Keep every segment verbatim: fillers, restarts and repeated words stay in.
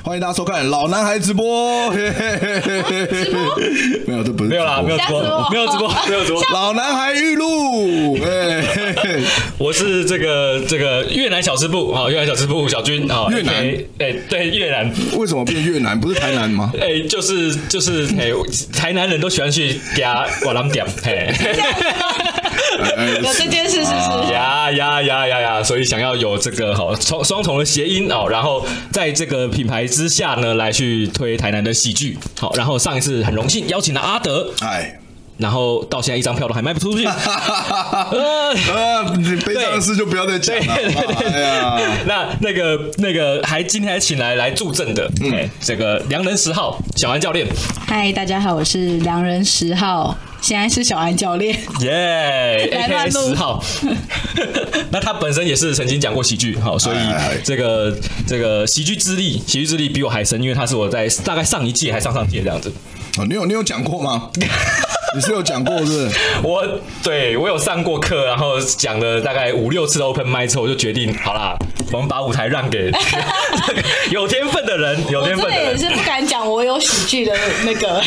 欢迎大家收看老男孩直播。嘿嘿嘿嘿嘿直播没有，这不是没有啦，没有直播，没有直播，没有直播。 老男孩预录，哎， 我是这个这个越南小吃部啊，越南小吃部小军啊， 越南， 哎，对，越南。 为什么变越南？不是台南吗？ 哎，就是就是哎，台南人都喜欢去给他瓦郎点，嘿。 有这件事是是呀呀呀呀呀，所以想要有这个好双双重的谐音哦，然后在这个品牌之下呢，来去推台南的喜剧。好，然后上一次很荣幸邀请了阿德，哎。然后到现在一张票都还卖不出去， 呃，悲伤的事就不要再讲了。 对对对对，哎呀，那那个那个还今天还请来来助阵的，嗯，这个良人十号小安教练。 嗨，大家好，我是良人十号，现在是小安教练。 耶 ，A K A 十号。那他本身也是曾经讲过喜剧，好，所以这个这个喜剧之力，喜剧之力比我还深，因为他是我在大概上一届还上上届这样子。 哦，你有你有讲过吗？你是有讲过是不是？ 我对我有上过课，然后讲了大概五六次 open mic 之后，我就决定好啦，我们把舞台让给有天分的人，有天分的人。 我真的也是不敢讲我有喜剧的那个。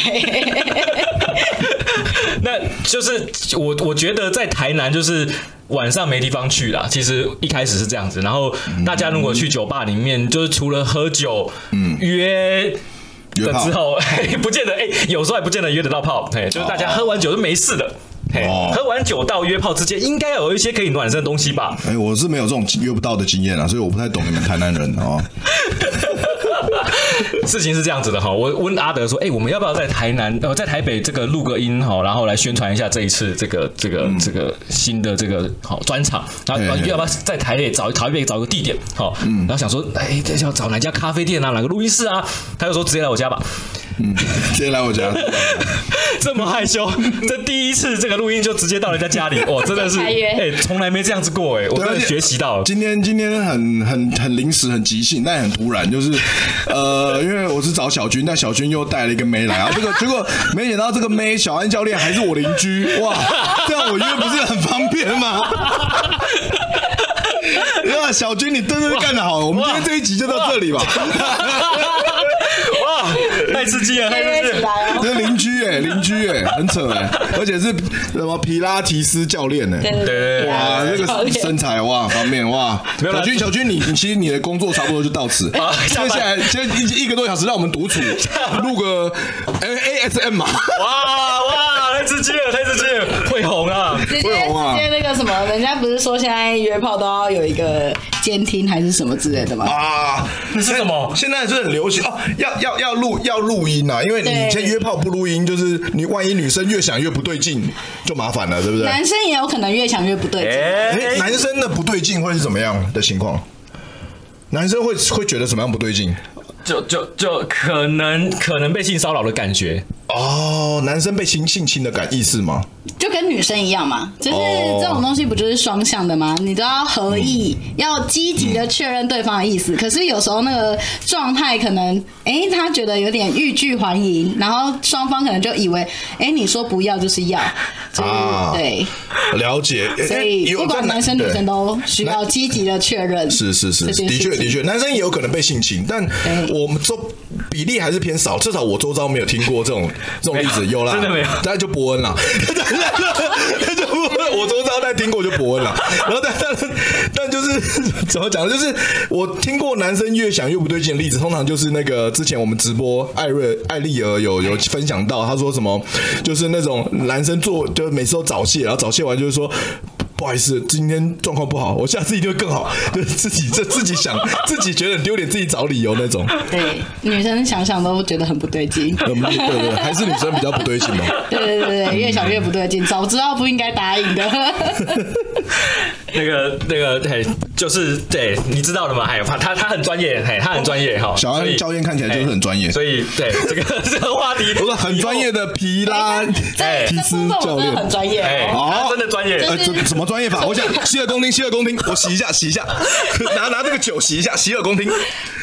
那就是我我觉得在台南就是晚上没地方去啦，其实一开始是这样子，然后大家如果去酒吧里面，就是除了喝酒，嗯，约。的之后，不见得哎、欸，有时候还不见得约得到炮，哎，就是大家喝完酒就没事了。哦、喝完酒到约炮之间，应该要有一些可以暖身的东西吧？ 哎、欸，我是没有这种约不到的经验啊，所以我不太懂你们台南人哦。 事情是这样子的哈，我问阿德说，哎、欸，我们要不要在台南呃，在台北这个录个音哈，然后来宣传一下这一次这个这个、嗯、这个新的这个好专场，然后要不要在台北找台北找一个地点好，嗯、然后想说，哎、欸，要找哪家咖啡店啊，哪个录音室啊？他就说直接来我家吧。 嗯，直接来我家， 这么害羞，这第一次这个录音就直接到人家家里，哇，真的是，哎，从来没这样子过哎，我真的学习到了。 今天今天很很很临时，很即兴，但很突然，就是呃，因为我是找小军，但小军又带了一个妹来，然后这个结果没想到这个妹小安教练还是我邻居，哇，这样我约不是很方便吗？哇，小军你真的干得好，我们今天这一集就到这里吧。 哇，太刺激了，太刺激了！ 这邻居哎，邻居哎，很扯哎，而且是什么皮拉提斯教练哎， 对对， 哇，这个身材哇方面哇，小军小军你你其实你的工作差不多就到此，接下来接一个多小时让我们独处录个 A S M 嘛， 哇哇，太刺激了，太刺激了，会红啊， 会红啊！直接那个什么，人家不是说现在约炮都要有一个监听还是什么之类的吗？ 啊， 那是什么？ 现在是很流行哦，要要要录要录音啊，因为你先约炮不录音，就是你万一女生越想越不对劲，就麻烦了，对不对？ 男生也有可能越想越不对劲。 欸、男生的不对劲会是怎么样的情况？男生会会觉得什么样不对劲？ 就就就可能可能被性骚扰的感觉哦，男生被性性侵的感意思吗？ 就跟女生一样嘛，就是这种东西不就是双向的吗？你都要合意，嗯、要积极的确认对方的意思。嗯、可是有时候那个状态可能，哎、欸，他觉得有点欲拒还迎，然后双方可能就以为，哎、欸，你说不要就是要，就是、啊，对， 了解。 所以不管男生女生都需要积极的确认。 是是是，的确的确，男生也有可能被性侵，但我们周比例还是偏少，至少我周遭没有听过这种这种例子，有啦， 真的没有， 大概就伯恩啦。就我周遭在听过就伯恩了，然后但但但就是怎么讲，就是我听过男生越想越不对劲的例子，通常就是那个之前我们直播艾瑞艾丽儿有有分享到，他说什么，就是那种男生做就每次都早泄，然后早泄完就是说。不好意思，今天状况不好，我下次一定会更好。就是自己这自己想，自己觉得很丢脸，自己找理由那种。 对，女生想想都觉得很不对劲。 对对对，还是女生比较不对劲嘛。 对对对对，越想越不对劲，早知道不应该答应的。 那个那个，嘿，就是对，你知道的嘛？哎，他他很专业，嘿，他很专业哈。 小安教练看起来就是很专业， 所以对这个这个话题， 我说很专业的皮拉提斯教练， 很专业， 哎，好，真的专业。 呃，什么专业法？我想洗耳恭听，洗耳恭听，我洗一下，洗一下，拿拿这个酒洗一下，洗耳恭听。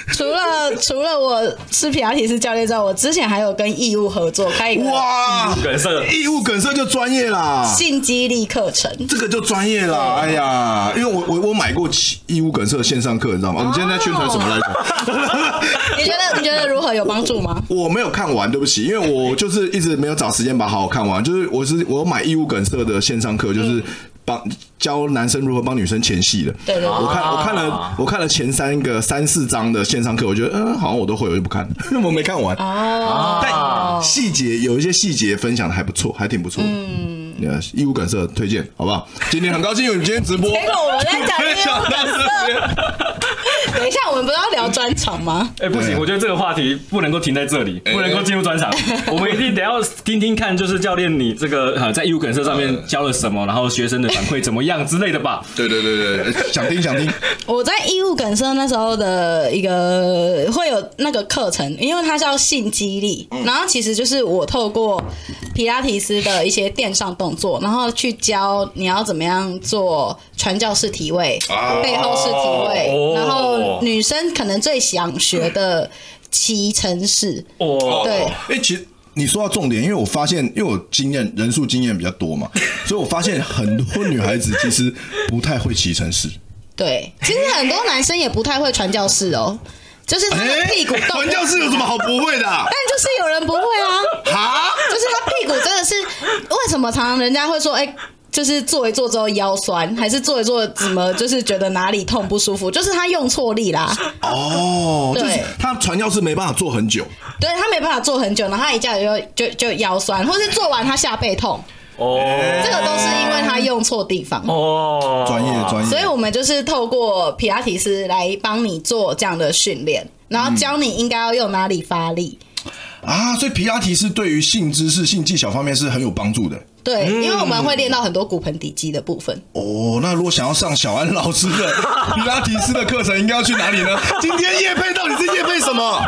除了除了我是皮拉提斯教练之外，我之前还有跟义务合作开一个哇， 梗塞， 义务梗塞就专业啦， 性激励课程， 这个就专业啦。哎呀，因为我我我买过义务梗塞的线上课，你知道吗？我们今天在宣传什么来着？ 你觉得你觉得如何有帮助吗？ 我没有看完，对不起，因为我就是一直没有找时间把它好好看完。就是我是我买义务梗塞的线上课，就是帮教男生如何帮女生前戏的。 对对对， 我看我看了我看了前三个三四章的线上课，我觉得嗯好像我都会，我就不看了，我没看完。 哦， 但细节有一些细节分享的还不错，还挺不错。嗯。义务梗塞推荐，好不好？今天很高兴有你今天直播。 结果我们在讲义务梗塞。等一下，我们不是要聊专场吗？ 哎、欸，不行，我觉得这个话题不能够停在这里，不能够进入专场。我们一定得要听听看，就是教练你这个呃在义务梗塞上面教了什么，然后学生的反馈怎么样之类的吧？ 对对对对，想听想听。 我在义务梗塞那时候的一个会有那个课程，因为它叫性激励，然后其实就是我透过皮拉提斯的一些垫上动作，然后去教你要怎么样做传教式体位、哦、背后式体位、哦，然后女生可能最想学的骑乘式。哦，对， 哎、欸，其实你说到重点，因为我发现，因为我经验人数经验比较多嘛，所以我发现很多女孩子其实不太会骑乘式。 对，其实很多男生也不太会传教式哦。就是他的屁股动， 传教士有什么好不会的、啊？ 但就是有人不会啊！哈，就是他屁股真的是为什么常常人家会说，哎、欸，就是做一做之后腰酸，还是做一做怎么就是觉得哪里痛不舒服？就是他用错力啦。 哦，就是他传教士没办法做很久， 对他没办法做很久，然后他一下子就就就腰酸，或是做完他下背痛。哦，这个都是因为他用错地方哦，专业专业， 所以我们就是透过皮拉提斯来帮你做这样的训练，然后教你应该要用哪里发力、 嗯、啊，所以皮拉提斯对于性知识、性技巧方面是很有帮助的。 对，因为我们会练到很多骨盆底肌的部分。 哦，那如果想要上小安老师的皮拉提斯的课程，应该要去哪里呢？今天业配到底是业配什么？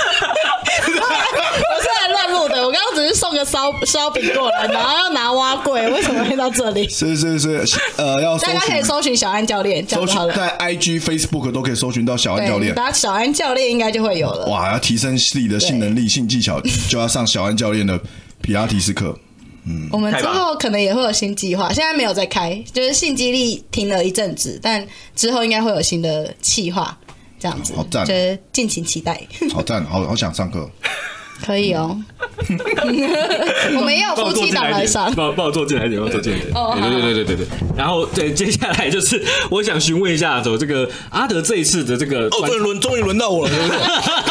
我是来乱录的，我刚刚只是送个烧烧饼过来，然后要拿蛙柜，为什么会到这里？ 是是是，呃，要大家可以搜寻小安教练， 搜寻在 I G、Facebook 都可以搜寻到小安教练， 打小安教练应该就会有了。 哇，要提升自己的性能力、性技巧，就要上小安教练的皮拉提斯课。 嗯，我们之后可能也会有新计划，现在没有在开，就是性激励停了一阵子，但之后应该会有新的计划，这样子， 好赞、哦， 就是敬请期待。 好赞，好好想上课。 可以哦，我们也有夫妻档来上， 帮帮我坐进来一点，帮我坐进来一点。哦，对对对对对对。然后对，接下来就是我想询问一下，走这个阿德这一次的这个， 哦，终于轮终于轮到我了，对不对？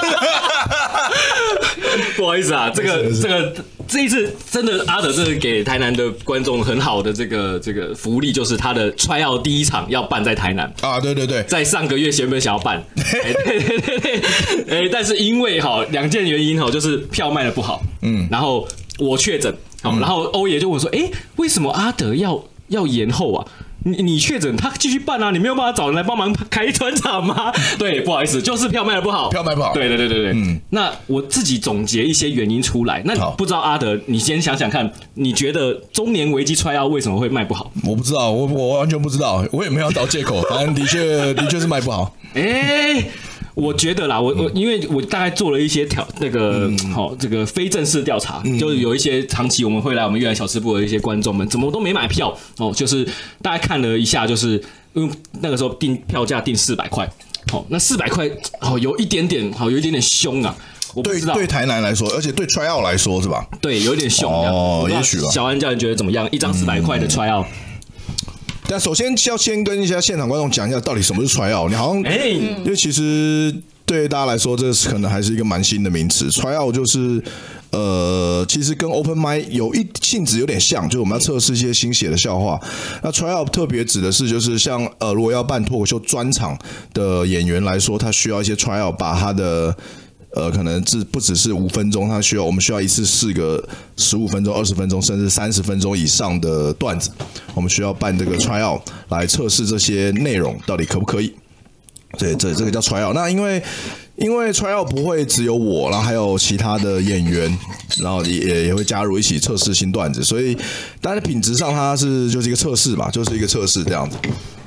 不好意思啊，这个这个这一次真的阿德真的给台南的观众很好的这个这个福利，就是他的 try out 第一场要办在台南啊，对对对， 在上个月原本想要办，哎对对对对，哎但是因为哈两件原因哈，就是票卖的不好，嗯，然后我确诊，好，然后欧爷就问说，哎，为什么阿德要要延后啊？你你确诊，他继续办啊，你没有办法找人来帮忙开专场吗？对，不好意思，就是票卖的不好， 票卖不好。对对对对对，嗯，那我自己总结一些原因出来。那不知道阿德，你先想想看，你觉得中年危机try out为什么会卖不好？ 我不知道，我我完全不知道，我也没有找借口，反正的确的确是卖不好。 哎、欸。我觉得啦，我我因为我大概做了一些调那个好、嗯、这个非正式调查、嗯，就是有一些长期我们会来我们悦来小吃部的一些观众们，怎么都没买票哦，就是大家看了一下，就是因为那个时候定票价定四百块，好，那四百块好有一点点好有一点点凶啊。我不知道对, 对台南来说，而且对 try out 来说是吧？ 对，有点凶哦，也许吧。 小安教练觉得怎么样？一张四百块的 try out。 但首先要先跟一下现场观众讲一下，到底什么是 try out。你好像，欸、因为其实对大家来说，这可能还是一个蛮新的名词。try out 就是，呃，其实跟 open mic 有一性质有点像，就是我们要测试一些新写的笑话。那 try out 特别指的是，就是像呃，如果要办脱口秀专场的演员来说，他需要一些 try out， 把他的呃，可能只不只是五分钟，他需要我们需要一次试个十五分钟、二十分钟，甚至三十分钟以上的段子，我们需要办这个 try out 来测试这些内容到底可不可以。对，这这个叫 try out。那因为因为 try out 不会只有我，然后还有其他的演员，然后也也会加入一起测试新段子，所以但是品质上它是就是一个测试嘛，就是一个测试这样子。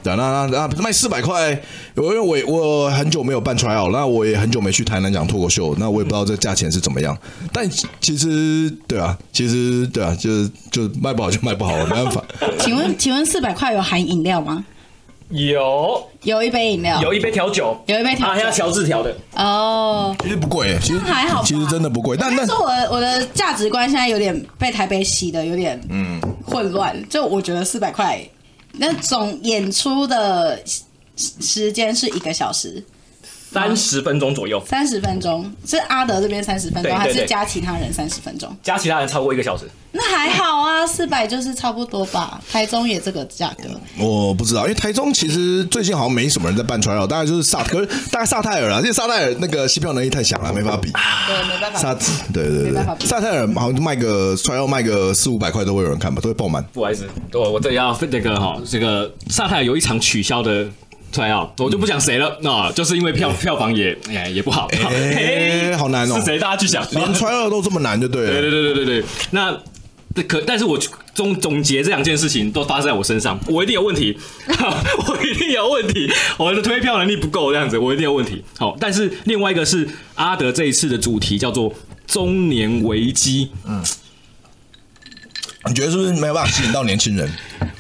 对，那那那卖四百块，因为我我很久没有办 try out， 那我也很久没去台南讲脱口秀，那我也不知道这价钱是怎么样。但其实对啊，其实对啊，就是就卖不好就卖不好了，没办法。 请问请问四百块有含饮料吗？ 有有一杯饮料， 有一杯调酒， 有一杯调酒， 啊，要乔治调的哦。 其实不贵，其实还好吧， 其实真的不贵。但但是我的我的价值观现在有点被台北洗的有点嗯混乱，就我觉得四百块。那总演出的时间是一个小时， 三十分钟左右。 三十分钟是阿德这边三十分钟，还是加其他人三十分钟？ 加其他人超过一个小时。 那还好啊，四百就是差不多吧。台中也这个价格， 我不知道，因为台中其实最近好像没什么人在办 try out，大概就是萨，可是大概萨泰尔啦，因为萨泰尔那个吸票能力太强了，没法比。 对，没办法。 萨，对对对，萨泰尔好像卖个 try out 卖个四五百块都会有人看吧，都会爆满。 不好意思，我我这里要那个哈，这个萨泰尔有一场取消的。try out，我就不讲谁了，那、嗯哦、就是因为票票房也哎也不好， 哎、欸，好难哦。 是谁？大家去想， 连 try out 都这么难，就对了。 对对对对对对。那可，但是我总总结这两件事情都发生在我身上，我一定有问题，我一定有问题，我的推票能力不够，这样子，我一定有问题。好，但是另外一个是阿德这一次的主题叫做中年危机，嗯， 你觉得是不是没有办法吸引到年轻人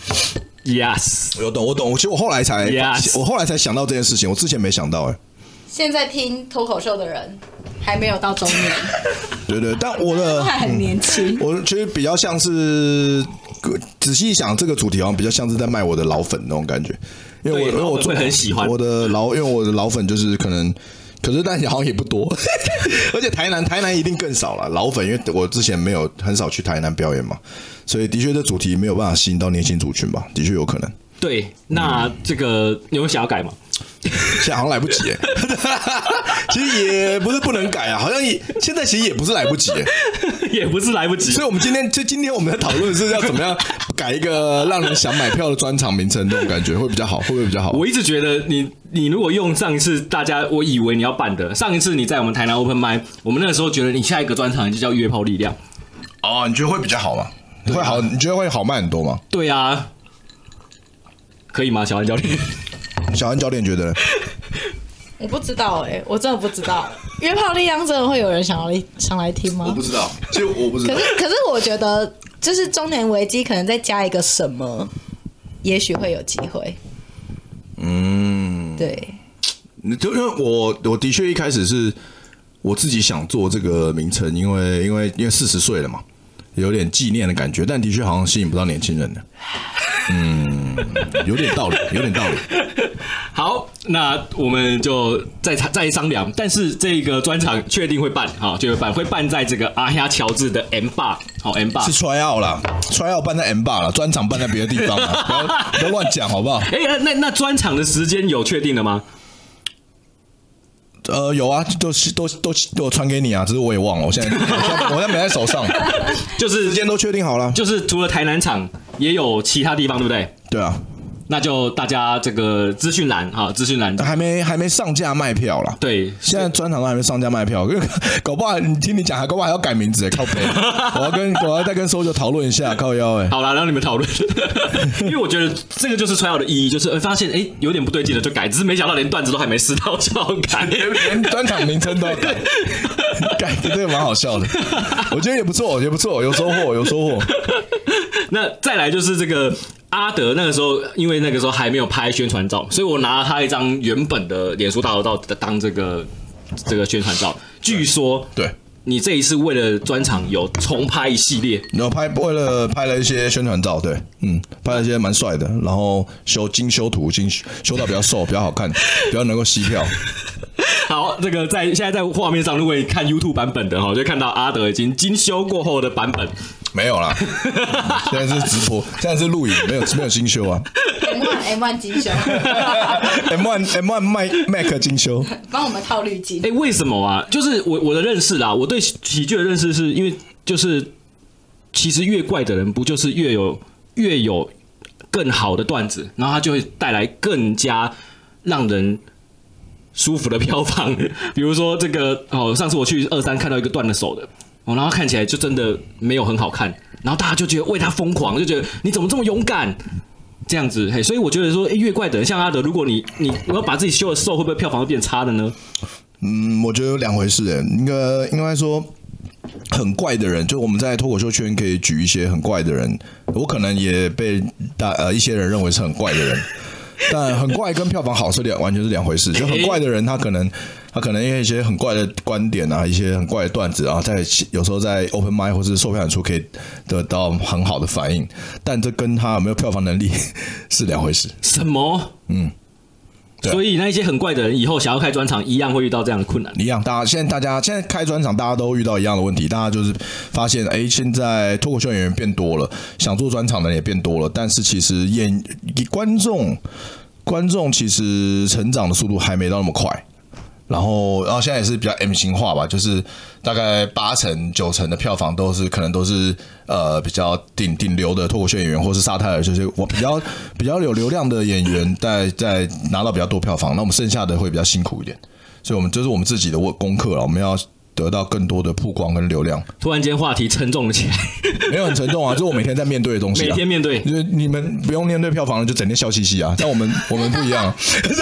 ？Yes， 我懂，我懂。其实我后来才， yes. 我后来才想到这件事情，我之前没想到哎、欸。 现在听脱口秀的人还没有到中年， 对对，但我的都还很年轻。 我觉得比较像是，仔细一想，这个主题好像比较像是在卖我的老粉那种感觉，因为我因为我会很喜欢我的老，因为我的老粉就是可能。可是但好像也不多，而且台南台南一定更少了老粉，因为我之前没有很少去台南表演嘛，所以的确这主题没有办法吸引到年轻族群吧，的确有可能。 对，那这个你有想要改吗？ 现在好像来不及耶，其实也不是不能改啊，好像也现在其实也不是来不及耶， 也不是来不及。 所以我们今天就今天我们在讨论是要怎么样改一个让人想买票的专场名称，这种感觉会比较好，会不会比较好？ 我一直觉得你你如果用上一次大家我以为你要办的，上一次你在我们台南 Open Mic， 我们那个时候觉得你下一个专场就叫约炮力量。 哦，你觉得会比较好吗？会好？你觉得会好卖很多吗？ 对啊，可以吗，小安教练？ 小安教练觉得呢？ 我不知道哎、欸，我真的不知道。约炮力量真的会有人想来想来听吗？ 我不知道，其实我不知道。 可是可是我觉得，就是中年危机可能再加一个什么，也许会有机会。 嗯， 对。 就因为我我的确一开始是我自己想做这个名称，因为因为因为四十岁了嘛，有点纪念的感觉，但的确好像吸引不到年轻人的。嗯，有点道理，有点道理。 好，那我们就再再商量。但是这个专场确定会办，哈，就会办，会办在这个阿虾乔治的 M Bar， 好 M Bar 是 try out 啦 ，try out 办在 M Bar 啦，专场办在别的地方啦，不要不要乱讲好不好？ 哎、欸，那那专场的时间有确定了吗？ 呃，有啊，都都都都传给你啊，只是我也忘了，我现在我现在我现在没在手上， 就是时间都确定好了， 就是除了台南场，也有其他地方，对不对？ 对啊。 那就大家这个资讯栏哈，资讯栏还没还没上架卖票啦。 对， 现在专场都还没上架卖票，搞不好你听你讲，还搞不好还要改名字哎，靠北！我要跟我要再跟收就讨论一下，靠腰哎。 好啦，让你们讨论，因为我觉得这个就是 try out 的意义，就是发现哎、欸、有点不对劲了就改，只是没想到连段子都还没试到就要改， 连连专场名称都要改，改的这个蛮好笑的，我觉得也不错，也不错，有收获，有收获。 那再来就是这个。阿德那个时候，因为那个时候还没有拍宣传照，所以我拿了他一张原本的脸书大头照当这个这个宣传照。据说， 对你这一次为了专场有重拍一系列， 有拍为了拍了一些宣传照，对，嗯，拍了一些蛮帅的，然后修精修图，精修到比较瘦，比较好看，比较能够吸票。 好，这个在现在在画面上，如果你看 YouTube 版本的哈，就看到阿德已经精修过后的版本。 没有啦，现在是直播，现在是录影，没有没有精修啊。 M 一 M 一 精修 ，M 一 M 一 Mac Mac 精修， 帮我们套滤镜。 哎、欸，为什么啊？就是我我的认识啦，我对喜剧的认识是因为就是其实越怪的人，不就是越有越有更好的段子，然后他就会带来更加让人舒服的票房。比如说这个哦，上次我去二三看到一个断了手的。哦，然后看起来就真的没有很好看，然后大家就觉得为他疯狂，就觉得你怎么这么勇敢， 这样子，嘿，所以我觉得说，哎，越怪的人像阿德，如果你你我要把自己修的瘦，会不会票房会变差的呢？ 嗯，我觉得有两回事，哎，应该应该说。很怪的人，就我们在脱口秀圈可以举一些很怪的人，我可能也被大呃一些人认为是很怪的人，但很怪跟票房好是两完全是两回事。就很怪的人，他可能他可能因为一些很怪的观点啊，一些很怪的段子啊，在有时候在 open mic 或是售票演出可以得到很好的反应，但这跟他有没有票房能力是两回事。 什么？嗯。所以那一些很怪的人，以后想要开专场，一样会遇到这样的困难。 一样，大家现在大家现在开专场，大家都遇到一样的问题。大家就是发现，哎，现在脱口秀演员变多了，想做专场的人也变多了，但是其实演观众观众其实成长的速度还没到那么快。然后，然后现在也是比较 M 型化吧，就是大概八成九成的票房都是可能都是呃比较顶顶流的脱口秀演员，或是沙泰尔，就是我比较比较有流量的演员在在拿到比较多票房，那我们剩下的会比较辛苦一点，所以我们这是我们自己的功课了，我们要得到更多的曝光跟流量。 突然间话题沉重了起来， 没有很沉重啊，这是我每天在面对的东西、啊， 每天面对， 就是你们不用面对票房，就整天笑嘻嘻啊，但我们我们不一样。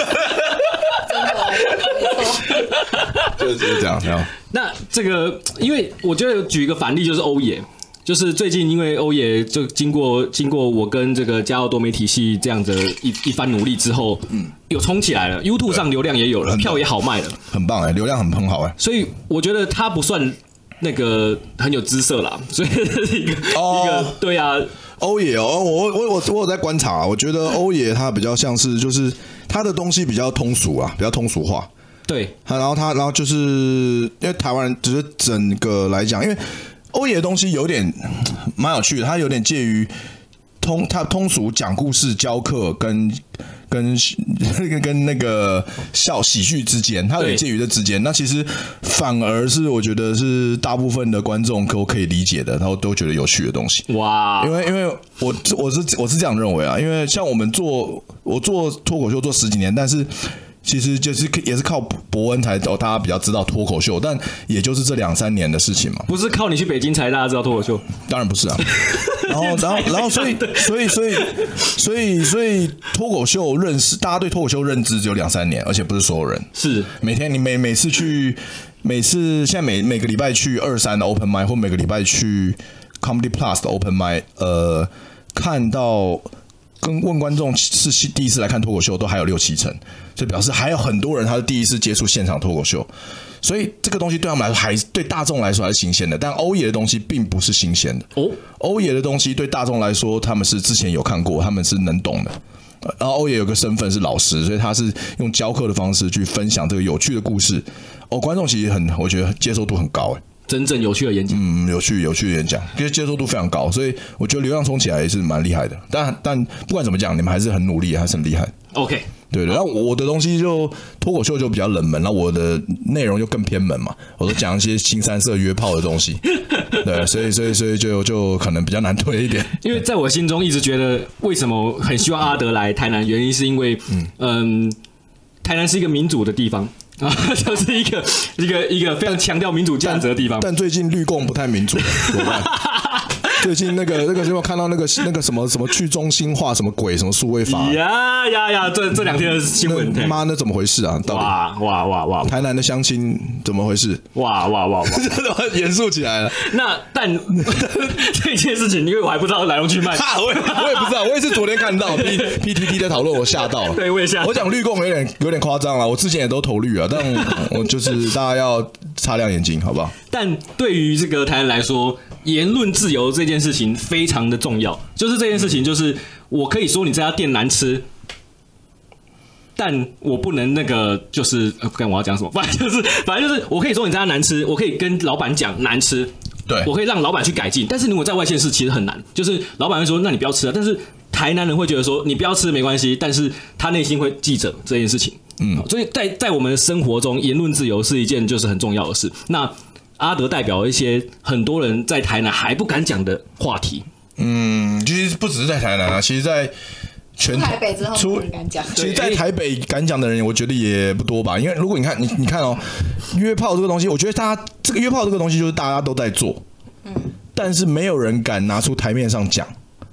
就是这样，这样。 那这个，因为我觉得举一个反例就是欧野，就是最近因为欧野就经过经过我跟这个嘉奥多媒体系这样的一一番努力之后，嗯，有冲起来了 ，YouTube 上流量也有了，票也好卖了， 很棒哎、欸，流量很很好哎、欸。 所以我觉得他不算那个很有姿色啦，所以是一个、哦、一个对啊。 欧野哦，我我我我有在观察、啊，我觉得欧野他比较像是就是他的东西比较通俗啊，比较通俗化。 对， 然后他，然后就是因为台湾人，只是整个来讲，因为欧野的东西有点蛮有趣的，他有点介于通，他通俗讲故事、教课跟跟跟那个笑喜剧之间，他有点介于这之间。那其实反而是我觉得是大部分的观众都可以理解的，然后都觉得有趣的东西。哇！因为因为我我是我是这样认为啊，因为像我们做我做脱口秀做十几年，但是。其实就是也是靠伯恩才大家比较知道脱口秀，但也就是这两三年的事情嘛。 不是靠你去北京才大家知道脱口秀， 当然不是啊。然后，然后，然后，所以，所以，所以，所以，所以脱口秀认识，大家对脱口秀认知只有两三年，而且不是所有人。 是每天你每每次去，每次现在每每个礼拜去二三的 open mic， 或每个礼拜去 Comedy Plus 的 open mic， 呃，看到。跟问观众是第一次来看脱口秀，都还有六七成，就表示还有很多人他是第一次接触现场脱口秀，所以这个东西对他们来说还对大众来说还是新鲜的。但欧野的东西并不是新鲜的哦，欧野的东西对大众来说，他们是之前有看过，他们是能懂的。然后欧野有个身份是老师，所以他是用教课的方式去分享这个有趣的故事。哦，观众其实很，我觉得接受度很高哎。 真正有趣的演讲， 嗯，有趣有趣的演讲，因为接受度非常高，所以我觉得流量冲起来也是蛮厉害的。但但不管怎么讲，你们还是很努力，还是很厉害。 OK， 对对。然后我的东西就脱口秀就比较冷门，然后我的内容就更偏门嘛，我都讲一些新三色约炮的东西，对，所以所以所以就就可能比较难推一点。 因为在我心中一直觉得，为什么很希望阿德来台南，原因是因为，嗯嗯，台南是一个民主的地方。啊，就是一个一个一个非常强调民主价值的地方。 但最近绿共不太民主，怎么办？最近那个那个有没有看到那个那个什么什么去中心化什么鬼什么数位法？ 呀呀呀！这这两天的新闻， 妈那怎么回事啊？到底哇哇哇哇！ 台南的相亲怎么回事？ 哇哇哇哇！ 严肃起来了。 那但这件事情，因为我还不知道来龙去脉， 我也我也不知道，我也是昨天看到 P P T T 在讨论，我吓到了。 对，我也吓。 我讲绿共有点有点夸张了，我之前也都投绿啊，但我就是大家要擦亮眼睛，好不好？ 但对于这个台湾来说，言论自由这件事情非常的重要。就是这件事情，就是我可以说你这家店难吃，但我不能那个就是看我要讲什么，反正就是反正就是我可以说你这家难吃，我可以跟老板讲难吃， 对， 我可以让老板去改进。但是如果在外县市其实很难，就是老板会说那你不要吃啊，但是台南人会觉得说你不要吃没关系，但是他内心会记着这件事情。嗯，所以在在我们的生活中，言论自由是一件就是很重要的事。那阿德代表一些很多人在台南还不敢讲的话题。 嗯，其实不只是在台南啊，其实在全台北之后出敢讲。 其实，在台北敢讲的人，我觉得也不多吧。因为如果你看你你看哦，约炮这个东西，我觉得大家这个约炮这个东西就是大家都在做，嗯，但是没有人敢拿出台面上讲。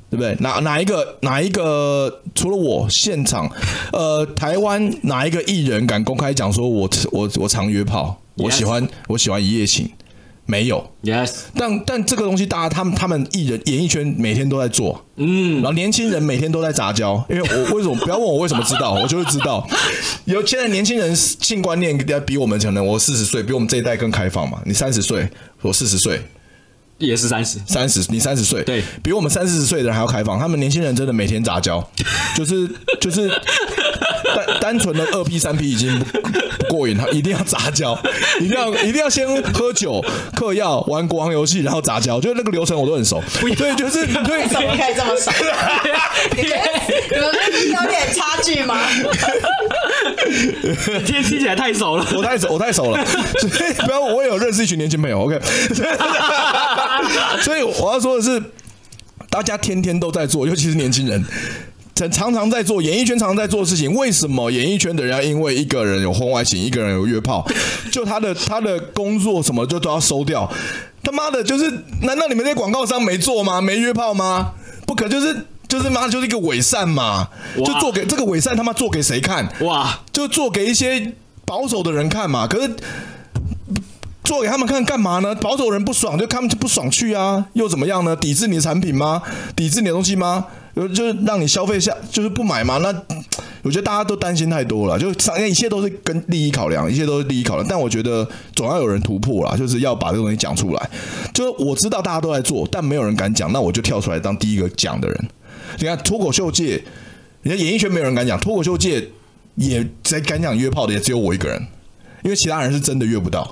对不对？哪哪一个哪一个除了我现场，呃，台湾哪一个艺人敢公开讲说我我我常约炮，我喜欢、yes. 我喜欢一夜情？没有 ，yes， 但但这个东西，大家他们他们艺人演艺圈每天都在做，嗯，然后年轻人每天都在杂交，因为我为什么不要问我为什么知道，我就会知道，有现在年轻人性观念比我们可能我四十岁，比我们这一代更开放嘛，你三十岁，我四十岁。 也是三十， 三十，你三十岁， 对， 比我们三四十岁的人还要开放。他们年轻人真的每天杂交，就是就是单单纯的二 P 三 P 已经不不过瘾，他一定要杂交，一定要一定要先喝酒、嗑药、玩国王游戏，然后杂交，就是那个流程我都很熟。对，就是对， 为什么可以这么熟？你们你们有点差距吗？ 今天听起来太熟了， 我太熟，我太熟了。所以不要，我也有认识一群年轻朋友。OK。所以我要说的是，大家天天都在做，尤其是年轻人，常常在做演艺圈常常在做的事情。为什么演艺圈的人要因为一个人有婚外情，一个人有约炮，就他的他的工作什么就都要收掉？他妈的，就是难道你们那些广告商没做吗？没约炮吗？不可，就是就是妈就是一个伪善嘛，就做给这个伪善他妈做给谁看？哇，就做给一些保守的人看嘛。可是。做给他们看干嘛呢？保守人不爽就他们就不爽去啊，又怎么样呢？抵制你的产品吗？抵制你的东西吗？就是让你消费下，就是不买嘛。那我觉得大家都担心太多了，就一切都是跟利益考量，一切都是利益考量。但我觉得总要有人突破啦，就是要把这个东西讲出来。就是我知道大家都在做，但没有人敢讲，那我就跳出来当第一个讲的人。你看脱口秀界，你看演艺圈没有人敢讲，脱口秀界也在敢讲约炮的也只有我一个人。因为其他人是真的约不到。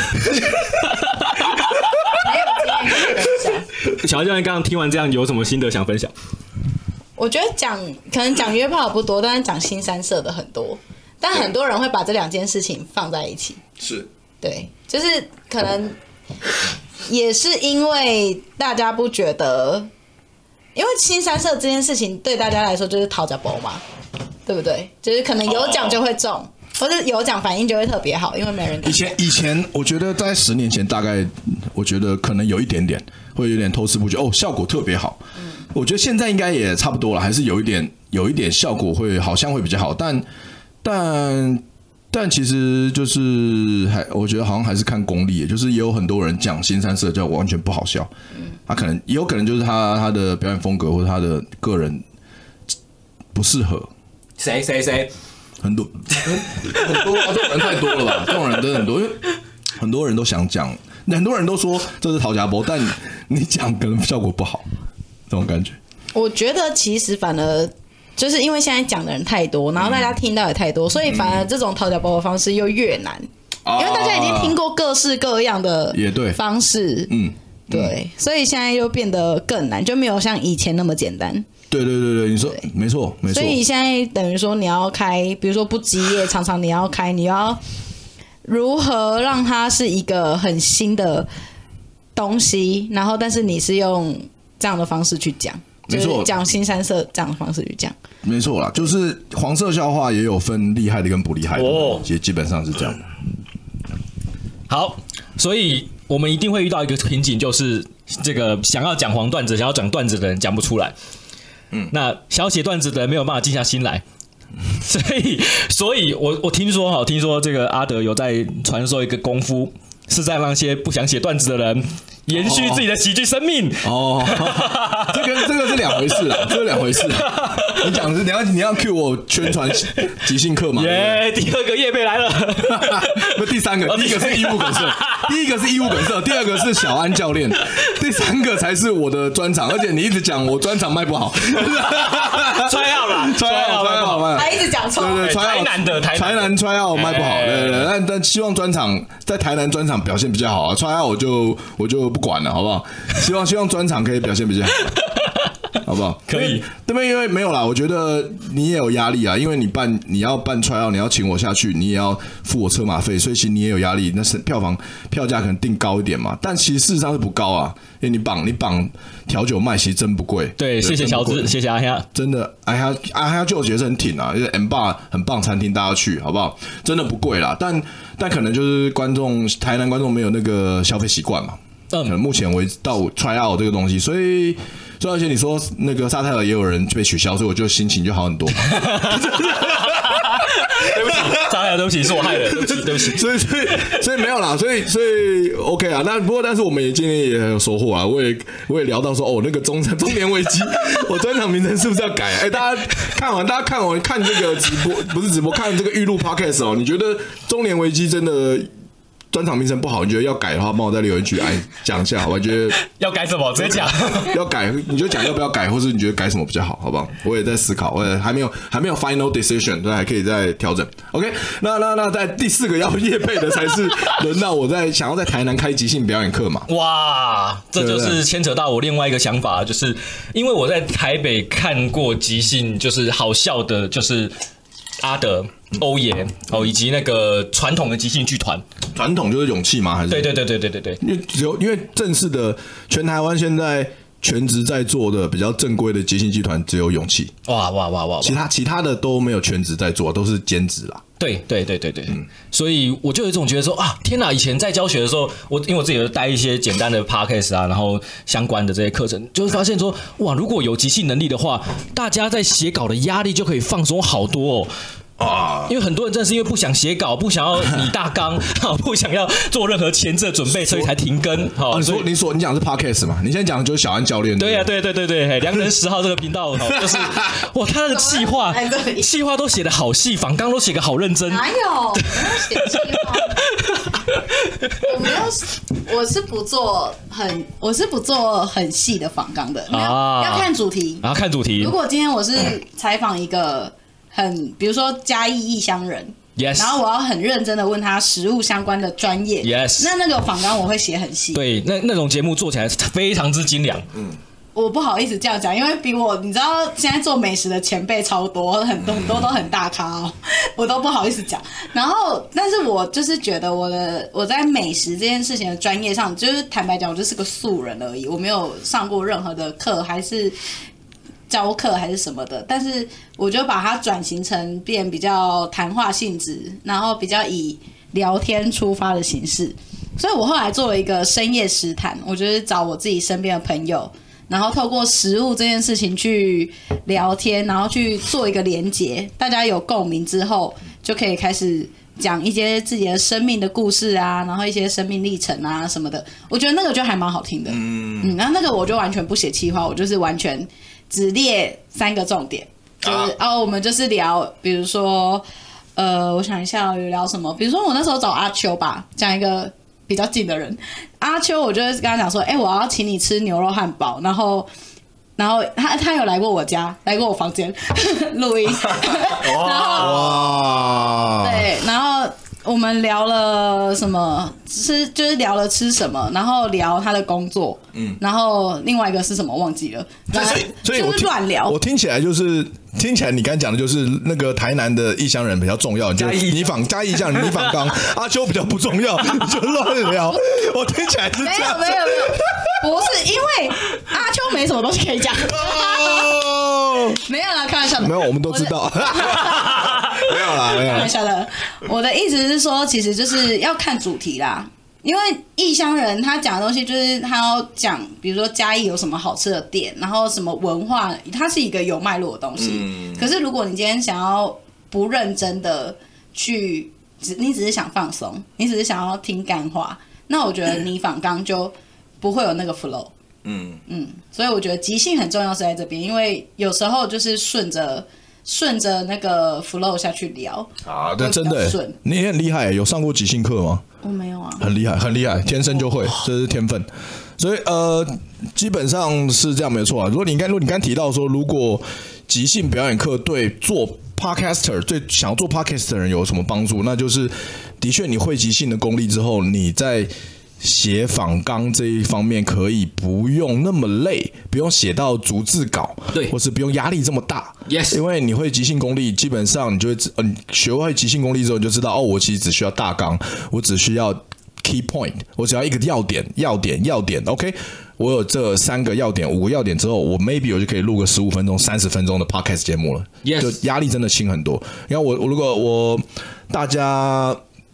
小教练刚刚听完这样，有什么心得想分享？ 我觉得讲可能讲约炮不多，但是讲新三色的很多。但很多人会把这两件事情放在一起。 是， 对，就是可能也是因为大家不觉得，因为新三色这件事情对大家来说就是讨价包嘛，对不对？就是可能有奖就会中。Oh.或者有奖反应就会特别好，因为没人敢。 以前以前，我觉得在十年前，大概我觉得可能有一点点，会有点偷师不觉，哦，效果特别好。嗯，我觉得现在应该也差不多了，还是有一点有一点效果会好像会比较好，但但但其实就是还我觉得好像还是看功力，就是也有很多人讲新三色就完全不好笑，嗯，他可能也有可能就是他他的表演风格或者他的个人不适合。 谁谁谁？ 很多很多、啊，这种人太多了吧？这种人真的很多，因为很多人都想讲，很多人都说这是讨价包，但你讲可能效果不好，这种感觉。 我觉得其实反而就是因为现在讲的人太多，然后大家听到也太多，嗯、所以反而这种讨价包的方式又越难，嗯、因为大家已经听过各式各样的也对方式，嗯，对，所以现在又变得更难，就没有像以前那么简单。 对对对对，你说没错没错。 所以现在等于说你要开，比如说不积业，常常你要开，你要如何让它是一个很新的东西，然后但是你是用这样的方式去讲， 没错， 就是讲新三色这样的方式去讲， 没错啦。就是黄色笑话也有分厉害的跟不厉害的，哦，其实基本上是这样。 好，所以我们一定会遇到一个瓶颈，就是这个想要讲黄段子、想要讲段子的人讲不出来。嗯，那想要写段子的人没有办法静下心来，所以，所以我我听说哈，听说这个阿德有在传授一个功夫，是在让一些不想写段子的人延续自己的喜剧生命。哦， 哦这个这个是两回事啦，这是两回事。你讲的是你要你要 cue 我宣传即兴课嘛？ 耶，第二个业配来了。 不，第三个，第一个是义务梗塞，第一个是义务梗塞，第二个是小安教练，第三个才是我的专场。而且你一直讲我专场卖不好， try out 啦 ，try out try out， 还一直讲错。 对对， 台南的台南 try out 卖不好，对对对。但但希望专场在台南专场表现比较好啊 ，try out 我就我就不管了，好不好？希望希望专场可以表现比较好。好不好？ 可以， 对不对？因为没有啦，我觉得你也有压力啊，因为你办你要办 trial， 你要请我下去，你也要付我车马费，所以其实你也有压力。那是票房票价可能定高一点嘛，但其实事实上是不高啊，因为你绑你绑调酒卖，其实真不贵。 对，谢谢小子，谢谢阿虾， 真的阿虾阿虾就觉得很挺啊，因为 M bar 很棒餐厅，大家去好不好？真的不贵啦，但但可能就是观众台南观众没有那个消费习惯嘛，嗯，可能目前为止到 trial 这个东西，所以。 所以而且你说那个沙泰尔也有人被取消，所以我就心情就好很多。 对不起，沙泰尔，对不起，是我害的，对不起，对不起。 所以所以所以没有啦，所以所以 OK 啊。那不过但是我们也今天也很有收获啊。我也我也聊到说哦，那个中中年危机，我专场名称是不是要改？哎、欸，大家看完，大家看完看这个直播不是直播，看这个预录 Podcast 哦，你觉得中年危机真的？专场名称不好，你觉得要改的话，帮我在留言区哎讲一下，好吧？觉得要改什么，直接讲。 要改，你就讲要不要改，或是你觉得改什么比较好，好不好？我也在思考，我也还没有还没有 final decision， 对，还可以再调整。OK， 那那那在第四个要业配的才是轮到我在想要在台南开即兴表演课嘛？ 哇，这就是牵扯到我另外一个想法，就是因为我在台北看过即兴，就是好笑的，就是阿德。欧爷哦，以及那个传统的即兴剧团， 传统就是勇气吗？还是对对对对对对对， 因为只有因为正式的全台湾现在全职在做的比较正规的即兴剧团只有勇气， 哇哇哇哇， 其他其他的都没有全职在做，都是兼职啦。 对对对对对，嗯、所以我就有一种觉得说啊，天哪！以前在教学的时候，我因为我自己有带一些简单的 podcast 啊，然后相关的这些课程，就会发现说，哇，如果有即兴能力的话，大家在写稿的压力就可以放松好多哦。啊，因为很多人真的是因为不想写稿，不想要拟大纲，不想要做任何前置的准备，所以才停更。好、 哦，你说你说你讲的是 podcast 嘛？你现在讲的就是小安教练。 对呀、啊，对对对对，良人十号这个频道，就是哇，他的企划，企划都写得好细，访纲都写得好认真。 哪有？我没有写企划，我没有，我是不做很，我是不做很细的访纲的。啊，要看主题， 然后看主题。 如果今天我是采访一个。很，比如说嘉义异乡人 ，yes， 然后我要很认真的问他食物相关的专业 ，yes， 那那个访纲我会写很细， 对，那那种节目做起来非常之精良，嗯， 我不好意思这样讲，因为比我你知道现在做美食的前辈超多，很多很多都很大咖哦，我都不好意思讲。然后，但是我就是觉得我的我在美食这件事情的专业上，就是坦白讲，我就是个素人而已，我没有上过任何的课，还是。教课还是什么的，但是我就把它转型成变比较谈话性质，然后比较以聊天出发的形式。所以我后来做了一个深夜食谈，我就是找我自己身边的朋友，然后透过食物这件事情去聊天，然后去做一个连结，大家有共鸣之后，就可以开始讲一些自己的生命的故事啊，然后一些生命历程啊什么的。我觉得那个就还蛮好听的，嗯嗯，然后那个我就完全不写企划，我就是完全。只列三个重点，就是啊、哦，我们就是聊，比如说，呃，我想一下有聊什么，比如说我那时候找阿秋吧，讲一个比较近的人，阿秋，我就跟他讲说，哎、欸，我要请你吃牛肉汉堡，然后，然后他他有来过我家，来过我房间录音，然后哇，对，然后。我们聊了什么吃，就是聊了吃什么，然后聊他的工作，嗯，然后另外一个是什么忘记了， 所以所以就是乱聊。 我听起来就是听起来你刚才讲的就是那个台南的异乡人比较重要，就你访嘉义乡你访刚，阿秋比较不重要，你就乱聊。我听起来是这样， 没有没有没有，不是因为阿秋没什么东西可以讲。哦、没有啦，开玩笑的， 没有，我们都知道。没有啦，没有。开玩笑的，我的意思是说，其实就是要看主题啦。因为异乡人他讲的东西就是他要讲，比如说嘉义有什么好吃的店，然后什么文化，它是一个有脉络的东西。嗯、可是如果你今天想要不认真的去，只你只是想放松，你只是想要听干话，那我觉得你访纲就不会有那个 flow。嗯嗯，所以我觉得即兴很重要是在这边，因为有时候就是顺着。顺着那个 flow 下去聊啊，对，真的，你也很厉害，有上过即兴课吗？ 我没有啊， 很厉害，很厉害，天生就会，这是天分。所以呃，基本上是这样没错啊。如果你刚，如果你刚提到说，如果即兴表演课对做 podcaster 对想要做 podcast 的人有什么帮助，那就是的确你会即兴的功力之后，你在写访纲这一方面可以不用那么累，不用写到逐字稿， 对， 或是不用压力这么大。 Yes， 因为你会即兴功力，基本上你就会，嗯、呃，学会即兴功力之后，你就知道哦，我其实只需要大纲，我只需要 key point， 我只要一个要点，要点，要点 ，OK。我有这三个要点、五个要点之后，我 maybe 我就可以录个十五分钟、三十分钟的 podcast 节目了。 Yes， 就压力真的轻很多。然后我，我如果我大家。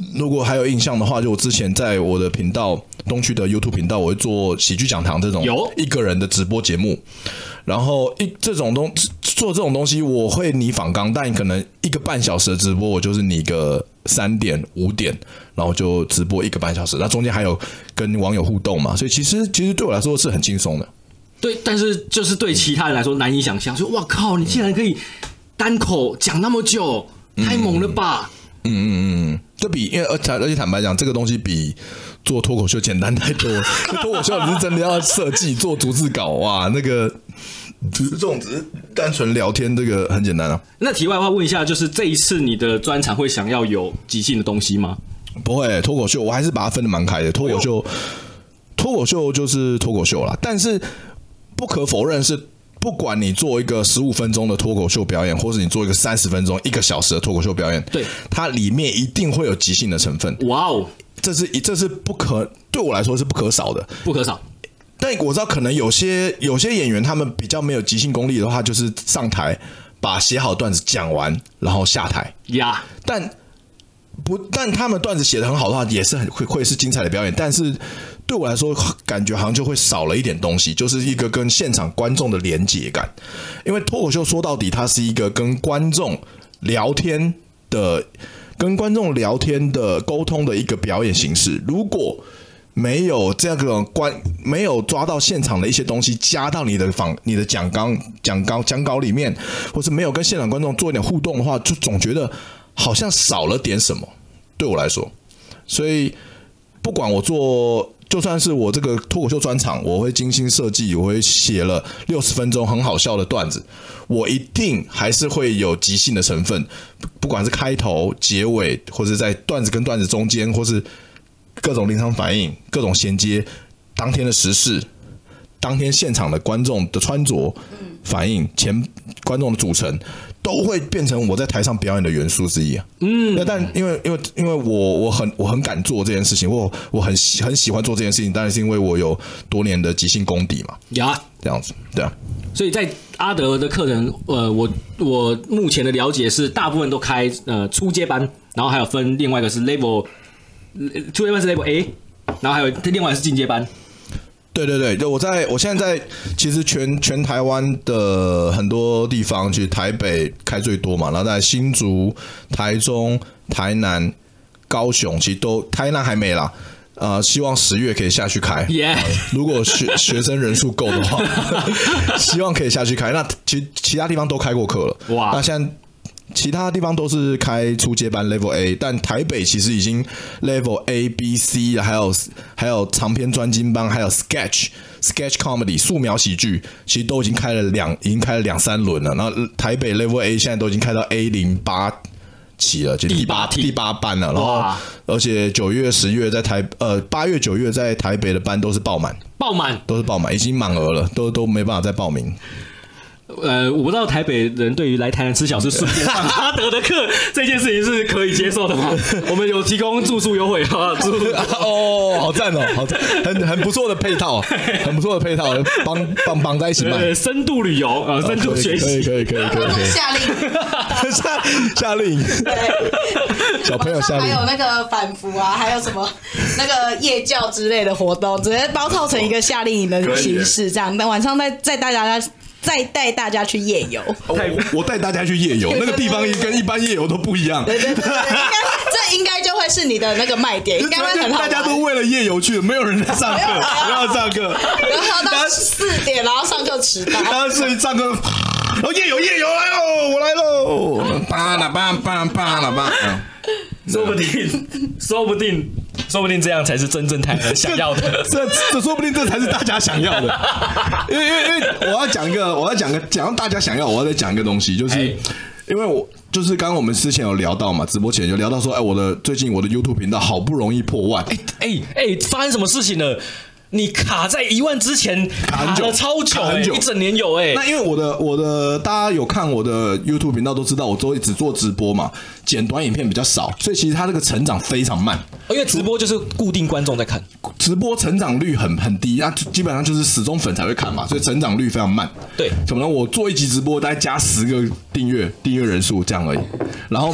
如果还有印象的话，就我之前在我的频道东区的 YouTube 频道，我会做喜剧讲堂这种一个人的直播节目。然后一这种东做这种东西，我会拟访纲，但可能一个半小时的直播，我就是拟个三点五点，然后就直播一个半小时。那中间还有跟网友互动嘛，所以其实其实对我来说是很轻松的。 对，但是就是对其他人来说难以想象，说哇靠，你竟然可以单口讲那么久，太猛了吧！ 嗯嗯嗯，这比因为而且而且坦白讲，这个东西比做脱口秀简单太多了。脱口秀你是真的要设计做逐字稿哇，那个这种只是单纯聊天，这个很简单啊。 那题外话问一下，就是这一次你的专场会想要有即兴的东西吗？ 不会，脱口秀我还是把它分得蛮开的。脱口秀，脱口秀就是脱口秀啦，但是不可否认是。不管你做一个十五分钟的脱口秀表演，或是你做一个三十分钟、一个小时的脱口秀表演， 对， 它里面一定会有即兴的成分。 哇哦， 这是这是不可对我来说是不可少的， 不可少。 但我知道可能有些有些演员他们比较没有即兴功力的话，就是上台把写好段子讲完，然后下台呀。 Yeah. 但不，但他们段子写得很好的话，也是很会会是精彩的表演，但是。对我来说，感觉好像就会少了一点东西，就是一个跟现场观众的连结感。因为脱口秀说到底，它是一个跟观众聊天的、跟观众聊天的沟通的一个表演形式。如果没有这样个观，没有抓到现场的一些东西，加到你的访、你的讲纲、讲稿、讲稿里面，或是没有跟现场观众做一点互动的话，就总觉得好像少了点什么。对我来说，所以不管我做。就算是我这个脱口秀专场，我会精心设计，我会写了六十分钟很好笑的段子，我一定还是会有即兴的成分，不管是开头、结尾，或者在段子跟段子中间，或是各种临场反应、各种衔接，当天的时事、当天现场的观众的穿着、反应、前观众的组成。都会变成我在台上表演的元素之一啊。嗯，那但因为因为因为我我很我很敢做这件事情，我我很喜很喜欢做这件事情，当然是因为我有多年的即兴功底嘛。 呀， 这样子，对啊。 所以在阿德的课程，呃，我我目前的了解是，大部分都开呃初阶班，然后还有分另外一个是 level， 初阶班是 level A， 然后还有另外是进阶班。 对对对，就我在我现在在其实全全台湾的很多地方，其实台北开最多嘛，然后在新竹、台中、台南、高雄，其实都台南还没啦。呃，希望十月可以下去开。 Yeah. 呃、如果学学生人数够的话，希望可以下去开。那其实其他地方都开过课了。哇，那现在。其他地方都是开初阶班 Level A， 但台北其实已经 Level A、B、C， 还有还有长篇专精班，还有 Sketch Sketch Comedy 素描喜剧，其实都已经开了两已经开了两三轮了。然后台北 Level A 现在都已经开到 A 零八期了，就第八第八班了。然后而且九月、十月在台呃八月、九月在台北的班都是爆满， 爆满都是爆满，已经满额了，都都没办法再报名。 呃，我不知道台北人对于来台南吃小吃顺便上阿德的课这件事情是可以接受的吗？我们有提供住宿优惠啊，住宿哦，好赞哦，好赞，很很不错的配套，很不错的配套，绑绑绑在一起卖， 深度旅游啊，深度学习， 可以可以可以可以可以， 夏令夏夏令，对，小朋友夏令， 还有那个反服啊，还有什么那个夜教之类的活动，直接包套成一个夏令营的形式，这样，但晚上再再大家。再带大家去夜游， 我我带大家去夜游，那个地方跟一般夜游都不一样。 对对对，应该这应该就会是你的那个卖点，应该会很好玩。 大家都为了夜游去，没有人在上课，不要上课， 然后到四点，然后上课迟到， 然后所以上课，然后夜游夜游来喽，我来喽，叭啦叭叭叭啦叭， 说不定，说不定。说不定这样才是真正台南想要的， 这这说不定这才是大家想要的，因为因为因为我要讲一个，我要讲个讲到大家想要，我要再讲一个东西，就是因为我就是刚刚我们之前有聊到嘛，直播前有聊到说，哎，我的最近我的 YouTube 频道好不容易破万， 哎哎哎，发生什么事情了？你卡在一万之前卡了超久、欸，一整年有哎、欸。 那因为我的我的大家有看我的 YouTube 频道都知道，我都只做直播嘛，剪短影片比较少，所以其实它这个成长非常慢。 因为直播就是固定观众在看， 直播成长率很很低，那基本上就是死忠粉才会看嘛，所以成长率非常慢。 对， 怎么呢？我做一集直播，大概加十个订阅订阅人数这样而已，然后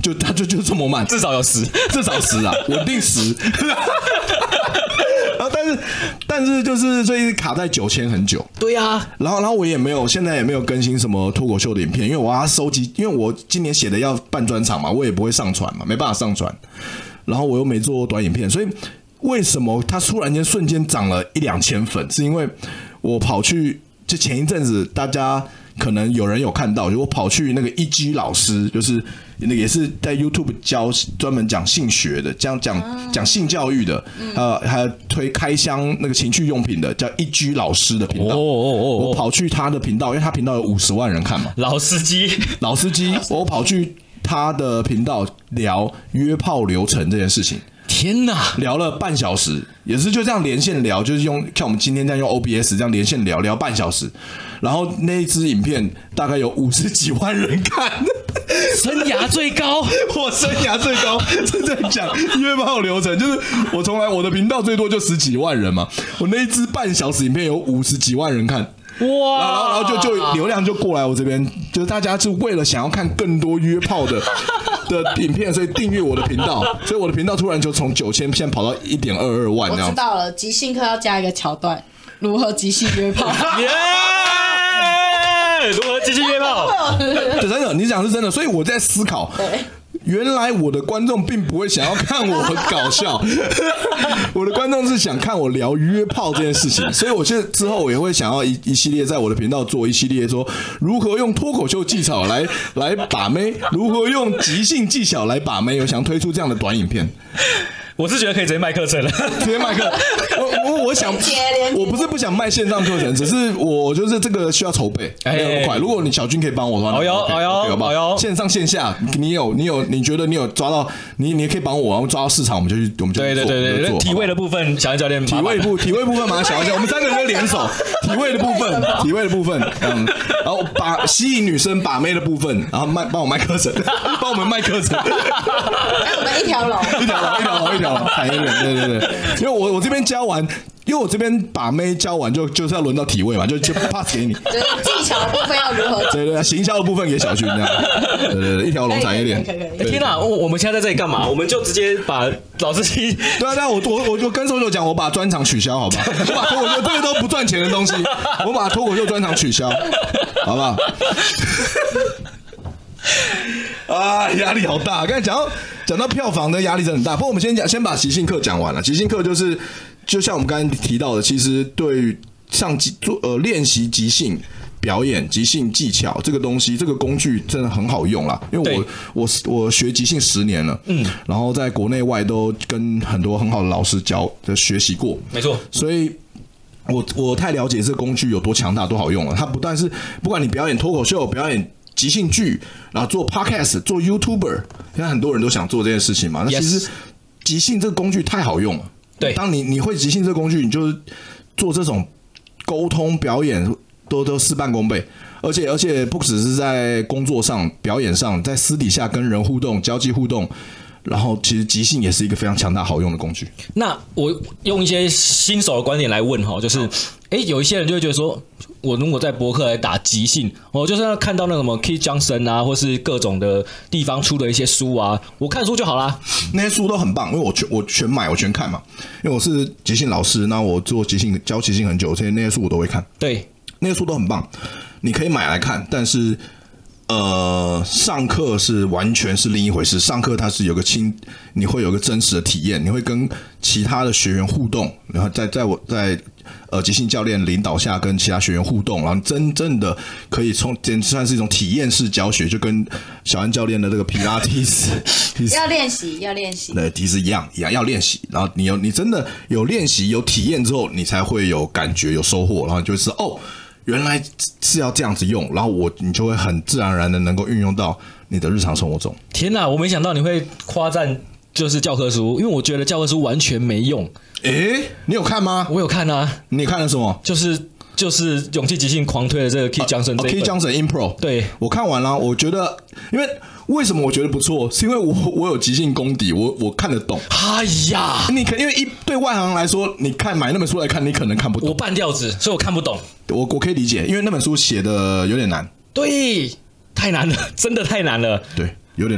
就他就就这么慢， 至少有十， 至少十啊，稳定十。然后但是但是就是所以卡在九千很久。 对啊， 然后然后我也没有现在也没有更新什么脱口秀的影片，因为我要收集，因为我今年写的要办专场嘛，我也不会上传嘛，没办法上传。然后我又没做短影片，所以为什么他突然间瞬间涨了一两千粉？是因为我跑去就前一阵子大家。可能有人有看到，就我跑去那个一 G 老师，就是那个也是在 YouTube 教专门讲性学的，讲讲讲性教育的，呃，还有推开箱那个情趣用品的，叫一 G 老师的频道。哦哦哦，我跑去他的频道，因为他频道有五十万人看嘛。 老司机， 老司机，我跑去他的频道聊约炮流程这件事情。 天哪， 聊了半小时，也是就这样连线聊，就是用像我们今天这样用 O B S 这样连线聊聊半小时，然后那一支影片大概有五十几万人看， 生涯最高， 我生涯最高是在讲约炮流程，就是我从来我的频道最多就十几万人嘛，我那一支半小时影片有五十几万人看。哇！然后，然后就就流量就过来我这边，就是大家是为了想要看更多约炮的的影片，所以订阅我的频道，所以我的频道突然就从九千现在跑到一点二二万这样。 我知道了，即兴课要加一个桥段，如何即兴约炮？ 耶！如何即兴约炮？ 对，真的，你讲是真的，所以我在思考。 对。 原来我的观众并不会想要看我搞笑，我的观众是想看我聊约炮这件事情，所以我现在之后我也会想要一一系列在我的频道做一系列说如何用脱口秀技巧来来把妹，如何用即兴技巧来把妹，我想推出这样的短影片。 我是觉得可以直接卖课程了， 直接卖课。我我我想，我不是不想卖线上课程，只是我就是这个需要筹备，没有那么快。如果你小军可以帮我的话， 好哟好哟好哟， 线上线下，你有你有你觉得你有抓到，你你也可以帮我，然后抓到市场，我们就去我们就对对对对，体位的部分，小安教练， 体位部体位部分马上想一下，我们三个人就联手，体位的部分，体位的部分，嗯，然后把吸引女生把妹的部分，然后卖帮我卖课程，帮我们卖课程， 我们一条龙， 一条龙，一条龙，一条龙，产业链，对对对，因为我我这边教完，因为我这边把妹教完就就是要轮到体位嘛，就就 pass 给你， 就是技巧的部分要如何？ 对对，行销的部分给小军这样，对对对，一条龙产业链。 天哪，我我们现在在这里干嘛？我们就直接把老司机， 对啊对啊，我我我就跟手手讲，我把专场取消，好不好？我把脱口秀这个都不赚钱的东西，我把脱口秀专场取消，好不好？啊，压力好大！刚才讲到讲到票房的压力真的很大。不过我们先讲，先把即兴课讲完了。即兴课就是就像我们刚才提到的，其实对于上即做呃练习即兴表演、即兴技巧这个东西，这个工具真的很好用啦。因为我我我学即兴十年了，嗯，然后在国内外都跟很多很好的老师教的学习过， 没错， 所以。我我太了解这个工具有多强大、多好用了。它不但是不管你表演脱口秀、表演即兴剧，然后做 podcast、做 YouTuber， 现在很多人都想做这件事情嘛。那其实即兴这个工具太好用了。 对， 当你你会即兴这个工具，你就是做这种沟通、表演都都事半功倍。而且而且不只是在工作上、表演上，在私底下跟人互动、交际互动。然后，其实即兴也是一个非常强大、好用的工具。 那我用一些新手的观点来问哈，就是，哎，有一些人就会觉得说，我如果在博客来打即兴，我就是要看到那个什么 Keith Johnson 啊，或是各种的地方出的一些书啊，我看书就好啦。 那些书都很棒，因为我全我全买，我全看嘛。因为我是即兴老师，那我做即兴教即兴很久，所以那些书我都会看。 对， 那些书都很棒，你可以买来看，但是。呃，上课是完全是另一回事。上课它是有个亲，你会有个真实的体验，你会跟其他的学员互动，然后在在我在呃即兴教练领导下跟其他学员互动，然后真正的可以从简直算是一种体验式教学，就跟小安教练的这个皮拉提斯要练习，要练习， 对，提斯一样一样要练习。然后你有你真的有练习有体验之后，你才会有感觉有收获，然后你就会知道哦。原来是要这样子用，然后我你就会很自然而然的能够运用到你的日常生活中。 天哪，我没想到你会夸赞就是教科书，因为我觉得教科书完全没用。 诶，你有看吗？ 我有看啊。 你看了什么？ 就是就是勇气即兴狂推的这个 Keith Johnson 这一本 Keith Johnson Impro。 对， 我看完了，我觉得因为。为什么我觉得不错？是因为我我有即兴功底，我我看得懂。 哎呀， 你可因为一对外行来说，你看买那本书来看，你可能看不懂。 我半吊子，所以我看不懂。 我我可以理解，因为那本书写的有点难。 对，太难了，真的太难了。 对，有点难。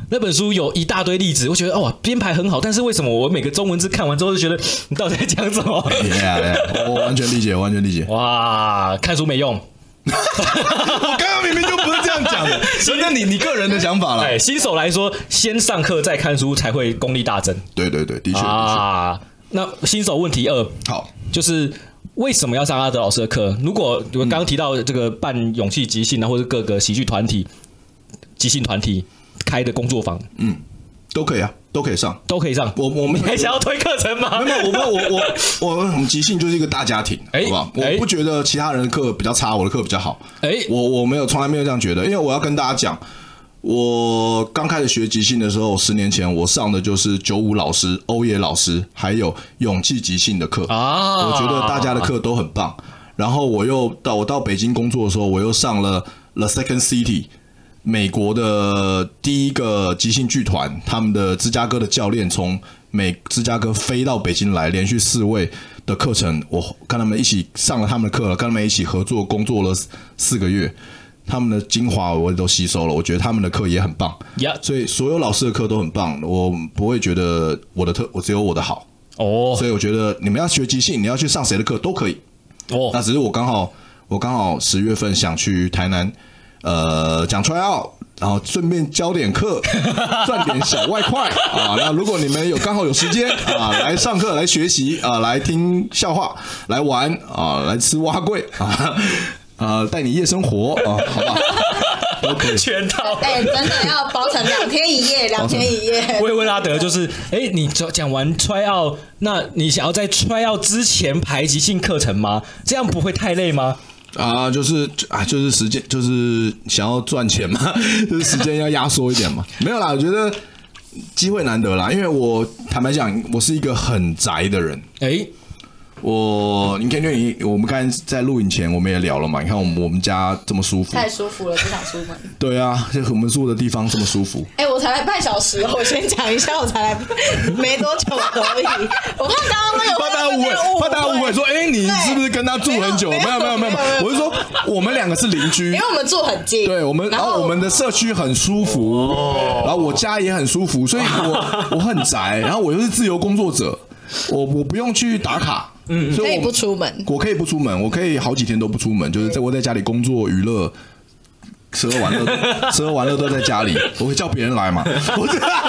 那本书有一大堆例子，我觉得哦编排很好，但是为什么我每个中文字看完之后就觉得你到底在讲什么？ yeah, yeah, 我完全理解，完全理解。 哇，看书没用。 我刚刚明明就不是这样讲的，所以那你你个人的想法啦。 哎，新手来说，先上课再看书才会功力大增。 对对对，的确啊。 的确。 那新手问题二， 好， 就是为什么要上阿德老师的课？如果我刚刚提到这个办勇气即兴啊，或者各个喜剧团体、即兴团体开的工作坊， 嗯，都可以啊，都可以上， 都可以上。 我我们还想要推课程吗？ 没有，我我我我我们即兴就是一个大家庭， 哎好不好？ 哎我不觉得其他人的课比较差，我的课比较好。 哎我我没有从来没有这样觉得，因为我要跟大家讲，我刚开始学即兴的时候，十年前我上的就是九五老师、欧野老师，还有勇气即兴的课啊我觉得大家的课都很棒。然后我又到我到北京工作的时候，我又上了 The Second City。美国的第一个即兴剧团，他们的芝加哥的教练从美芝加哥飞到北京来，连续四位的课程，我跟他们一起上了他们的课，跟他们一起合作工作了四个月，他们的精华我都吸收了，我觉得他们的课也很棒， Yeah 所以所有老师的课都很棒，我不会觉得我的特我只有我的好， 哦所以我觉得你们要学即兴，你要去上谁的课都可以， 哦那只是我刚好我刚好十月份想去台南。呃，讲 try out， 然后顺便教点课，赚点小外快啊。那如果你们有刚好有时间啊，来上课、来学习啊，来听笑话、来玩啊，来吃蛙桂啊，啊，带你夜生活啊，好不好？都可以。 全套。 哎、真的要包成两天一夜，两天一夜。 我也问阿德，就是，哎，你讲完 try out， 那你想要在 try out 之前排即兴课程吗？这样不会太累吗？ 啊，就是啊，就是时间，就是想要赚钱嘛，就是时间要压缩一点嘛。没有啦，我觉得机会难得啦，因为我坦白讲，我是一个很宅的人。 哎， 我你看，你我们刚才在录影前我们也聊了嘛，你看我们我们家这么舒服， 太舒服了，不想出门。 对啊，就我们住的地方这么舒服。 哎、我才来半小时，我先讲一下，我才来没多久而已。我怕刚刚那个怕大家误会，怕大家误会说，哎、你是不是跟他住很久？没有，没有，没有，没有。我是说，我们两个是邻居， 因为我们住很近， 对我们，然后我们的社区很舒服，然后我家也很舒服，所以我我很宅，然后我又是自由工作者，我我不用去打卡，嗯，所以我可以不出门。 我可以不出门，我可以好几天都不出门，就是在我在家里工作娱乐。吃喝玩乐，吃喝玩乐都在家里，我会叫别人来嘛。我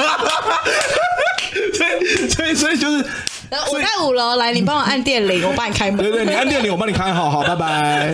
所以所以所以就是， 然后我在五楼，来，你帮我按电铃，我帮你开门。 对对，你按电铃，我帮你开，好好，拜拜。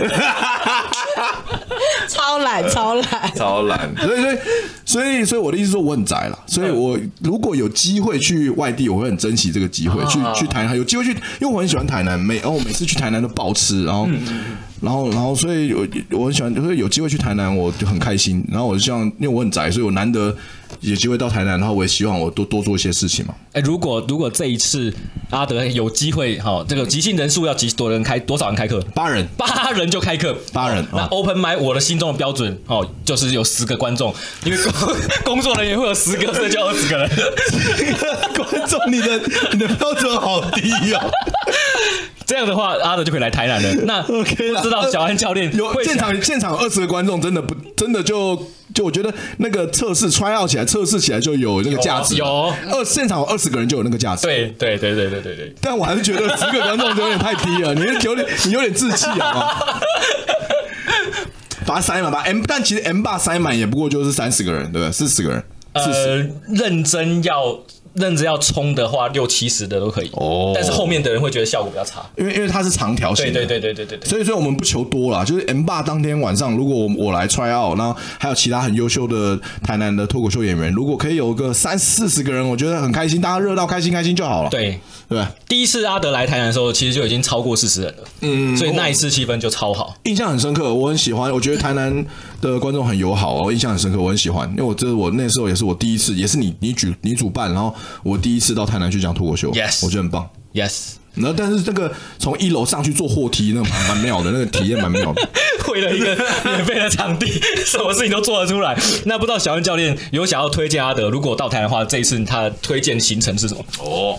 超懒，超懒， 超懒。所以所以所以所以我的意思说，我很宅啦。所以我如果有机会去外地，我会很珍惜这个机会，去去台南，有机会去，因为我很喜欢台南，每然后我每次去台南都暴吃，然后。然后，然后，所以我我很喜欢，就是有机会去台南，我就很开心。然后我就希望，因为我很宅，所以我难得有机会到台南，然后我也希望我多多做一些事情嘛。 哎，如果如果这一次阿德有机会，哈，这个即兴人数要几多人开？多少人开课？ 八人， 八人就开课， 八人。 那 open mic 我的心中的标准，哦，就是有十个观众，因为工工作人员会有十个，所以就二十个人。 观众，你的你的标准好低哦。 这样的话，阿德就可以来台南了。那 OK 啦， 不知道小安教练有现场现场有二十个观众，真的不真的就就我觉得那个测试 try out 起来，测试起来就有那个价值。 有二现场有二十个人就有那个价值。 对对对对对对对。 但我还是觉得十个观众有点太低了，你有点你有点志气好吗？把它塞满，把 M 但其实 M 霸塞满也不过就是三十个人，对不对？四十个人。 呃，认真要。认真要冲的话，六七十的都可以。哦，但是后面的人会觉得效果比较差， 因为因为它是长条形的。 对对对对对对。 所以所以我们不求多啦，就是 M 霸当天晚上，如果我我来 try out， 然后还有其他很优秀的台南的脱口秀演员，如果可以有个三四十个人，我觉得很开心，大家热到开心开心就好了。 对对。 第一次阿德来台南的时候，其实就已经超过四十人了。嗯，所以那一次气氛就超好， 印象很深刻，我很喜欢。我觉得台南的观众很友好哦，印象很深刻，我很喜欢。因为我这是我那时候也是我第一次，也是你你举你主办，然后我第一次到台南去讲脱口秀 ，yes， 我觉得很棒 ，yes。 然后但是这个从一楼上去坐货梯，那个蛮蛮妙的，那个体验蛮妙的。 为了一个免费的场地，什么事情都做得出来。那不知道小恩教练有想要推荐阿德，如果到台南的话，这一次他的推荐行程是什么？ 哦，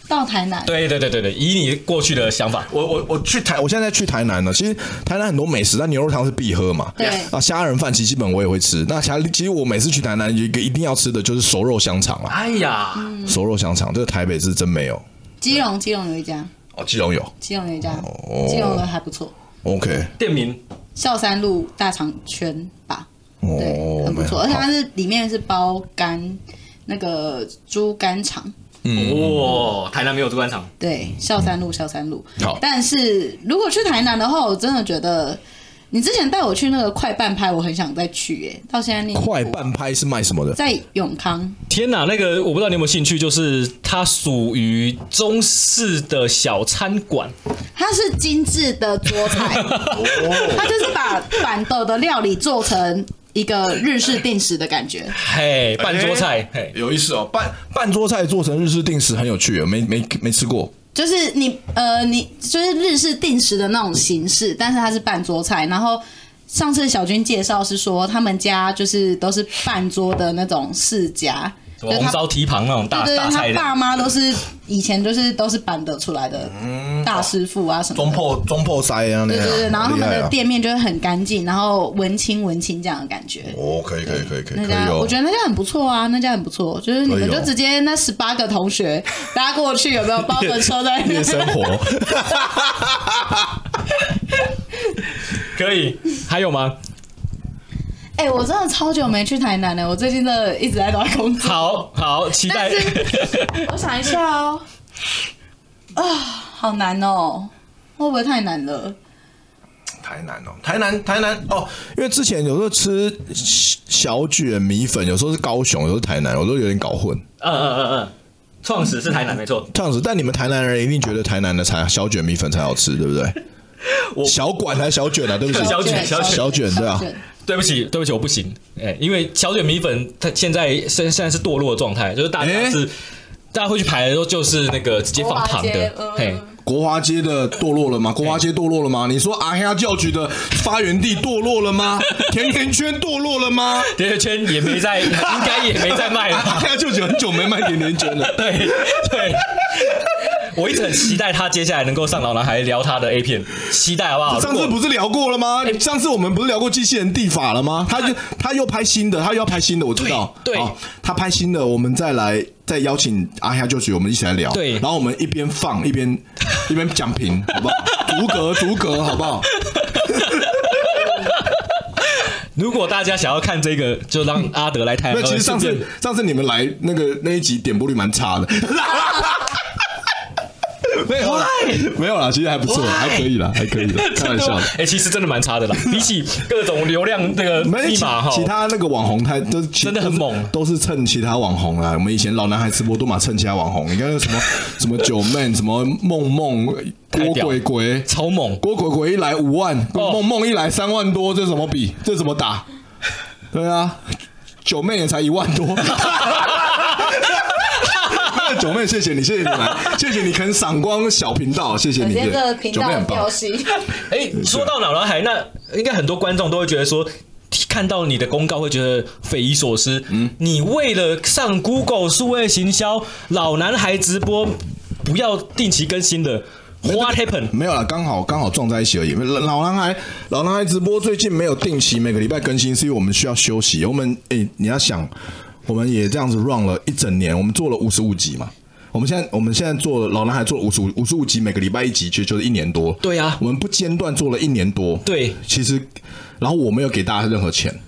到台南。 对对对对对，以你过去的想法， 我我我去台，我现在在去台南了。其实台南很多美食，但牛肉汤是必喝嘛。 对啊，虾仁饭其实基本我也会吃。那其其实我每次去台南有一个一定要吃的就是熟肉香肠啊。 哎呀， 熟肉香肠，这个台北是真没有。 基隆基隆有一家， 哦，基隆有。 基隆有一家， 哦基隆的还不错。 OK。 店名孝山路大肠圈吧，对， 哦， 很不错， 没有而且它是里面是包干那个猪肝肠。 哦，台南没有猪肝肠， 对，孝山路，孝山路。 好但是如果去台南的话，我真的觉得你之前带我去那个快半拍，我很想再去耶，到现在那快半拍是卖什么的？ 在永康。 天哪，那个我不知道你有没有兴趣，就是它属于中式的小餐馆， 它是精致的桌菜，它就是把板豆的料理做成一个日式定食的感觉。 嘿，半桌菜，嘿， 有意思哦，半半桌菜做成日式定食很有趣，没没没吃过。 就是你呃，你就是日式定食的那种形式，但是它是半桌菜。然后上次小军介绍是说，他们家就是都是半桌的那种世家， 什么红烧蹄膀那种大对对对， 大菜的， 他爸妈都是以前就是都是板得出来的大师傅啊什么的。 中破中破塞啊，那样对对对，然后他们厉害啊的店面就会很干净，然后文青文青这样的感觉。 哦，可以可以可以可以， 那家可以哦我觉得那家很不错啊，那家很不错，就是你们可以哦就直接那十八个同学搭过去，有没有包个车在那边？ 夜生活。 可以，还有吗？ 哎、我真的超久没去台南了，我最近真的一直在都在工作。 好好期待但。是我想一下哦，啊，好难哦，会不会太难了？ 台南哦，台南台南哦，因为之前有时候吃小卷米粉，有时候是高雄，有时候是台南，我都有点搞混。 嗯嗯嗯嗯，创始是台南没错。 这样子，但你们台南人一定觉得台南的才小卷米粉才好吃，对不对？小管还是小卷啊？对不起， 小卷小卷小卷对啊。 对不起，对不起，我不行，哎、因为小卷米粉它现在现现在是堕落的状态，就是大家是、 欸、 大家会去排的时候就是那个直接放糖的，嘿、 嗯国华街的堕落了吗？国华街堕落了吗？你说阿黑教局的发源地堕落了吗？甜甜圈堕落了吗？ 甜甜圈也没在，应该也没在卖了。 阿黑教局很久没卖甜甜圈了。 对对，我一直很期待他接下来能够上老男孩聊他的 A 片，期待好不好？ 上次不是聊过了吗？上次我们不是聊过机器人地法了吗？他就他又拍新的，他又要拍新的，我知道。 对对好，他拍新的，我们再来再邀请阿黑教局，我们一起来聊。 对然后我们一边放一边一边讲评，好不好？逐格逐格，好不好？ 如果大家想要看这个，就让阿德来台湾。 那其实上次顺便上次你们来那个那一集点播率蛮差的。没有啦，没有啦，其实还不错，还可以啦，还可以啦，开玩笑的。 哎、其实真的蛮差的啦，比起各种流量那个没其密码哈， 其他那个网红，他都是真的很猛都是蹭其他网红啦。我们以前老男孩直播都嘛蹭其他网红，你看那什么什么九妹，什么梦梦、郭鬼鬼， 超猛。 郭鬼鬼一来五万， 哦梦梦一来三万多，这怎么比？这怎么打？对啊，九妹也才一万多。九妹，谢谢你，谢谢你来，谢谢你肯赏光小频道，谢谢你。 今天这个频道很九妹很棒掉戏。 哎、说到老男孩，那应该很多观众都会觉得说，看到你的公告会觉得匪夷所思。嗯，你为了上 Google 数位行销老男孩直播，不要定期更新的。What happened？ 没有啦，刚好刚好撞在一起而已。老男孩，老男孩直播最近没有定期每个礼拜更新，是因为我们需要休息。我们哎、欸，你要想。我们也这样子 run 了一整年，我们做了五十五集嘛。我们现在我们现在做老男孩做五十五五十五集，每个礼拜一集，其实就是一年多。 对啊， 我们不间断做了一年多。 对， 其实，然后我没有给大家任何钱，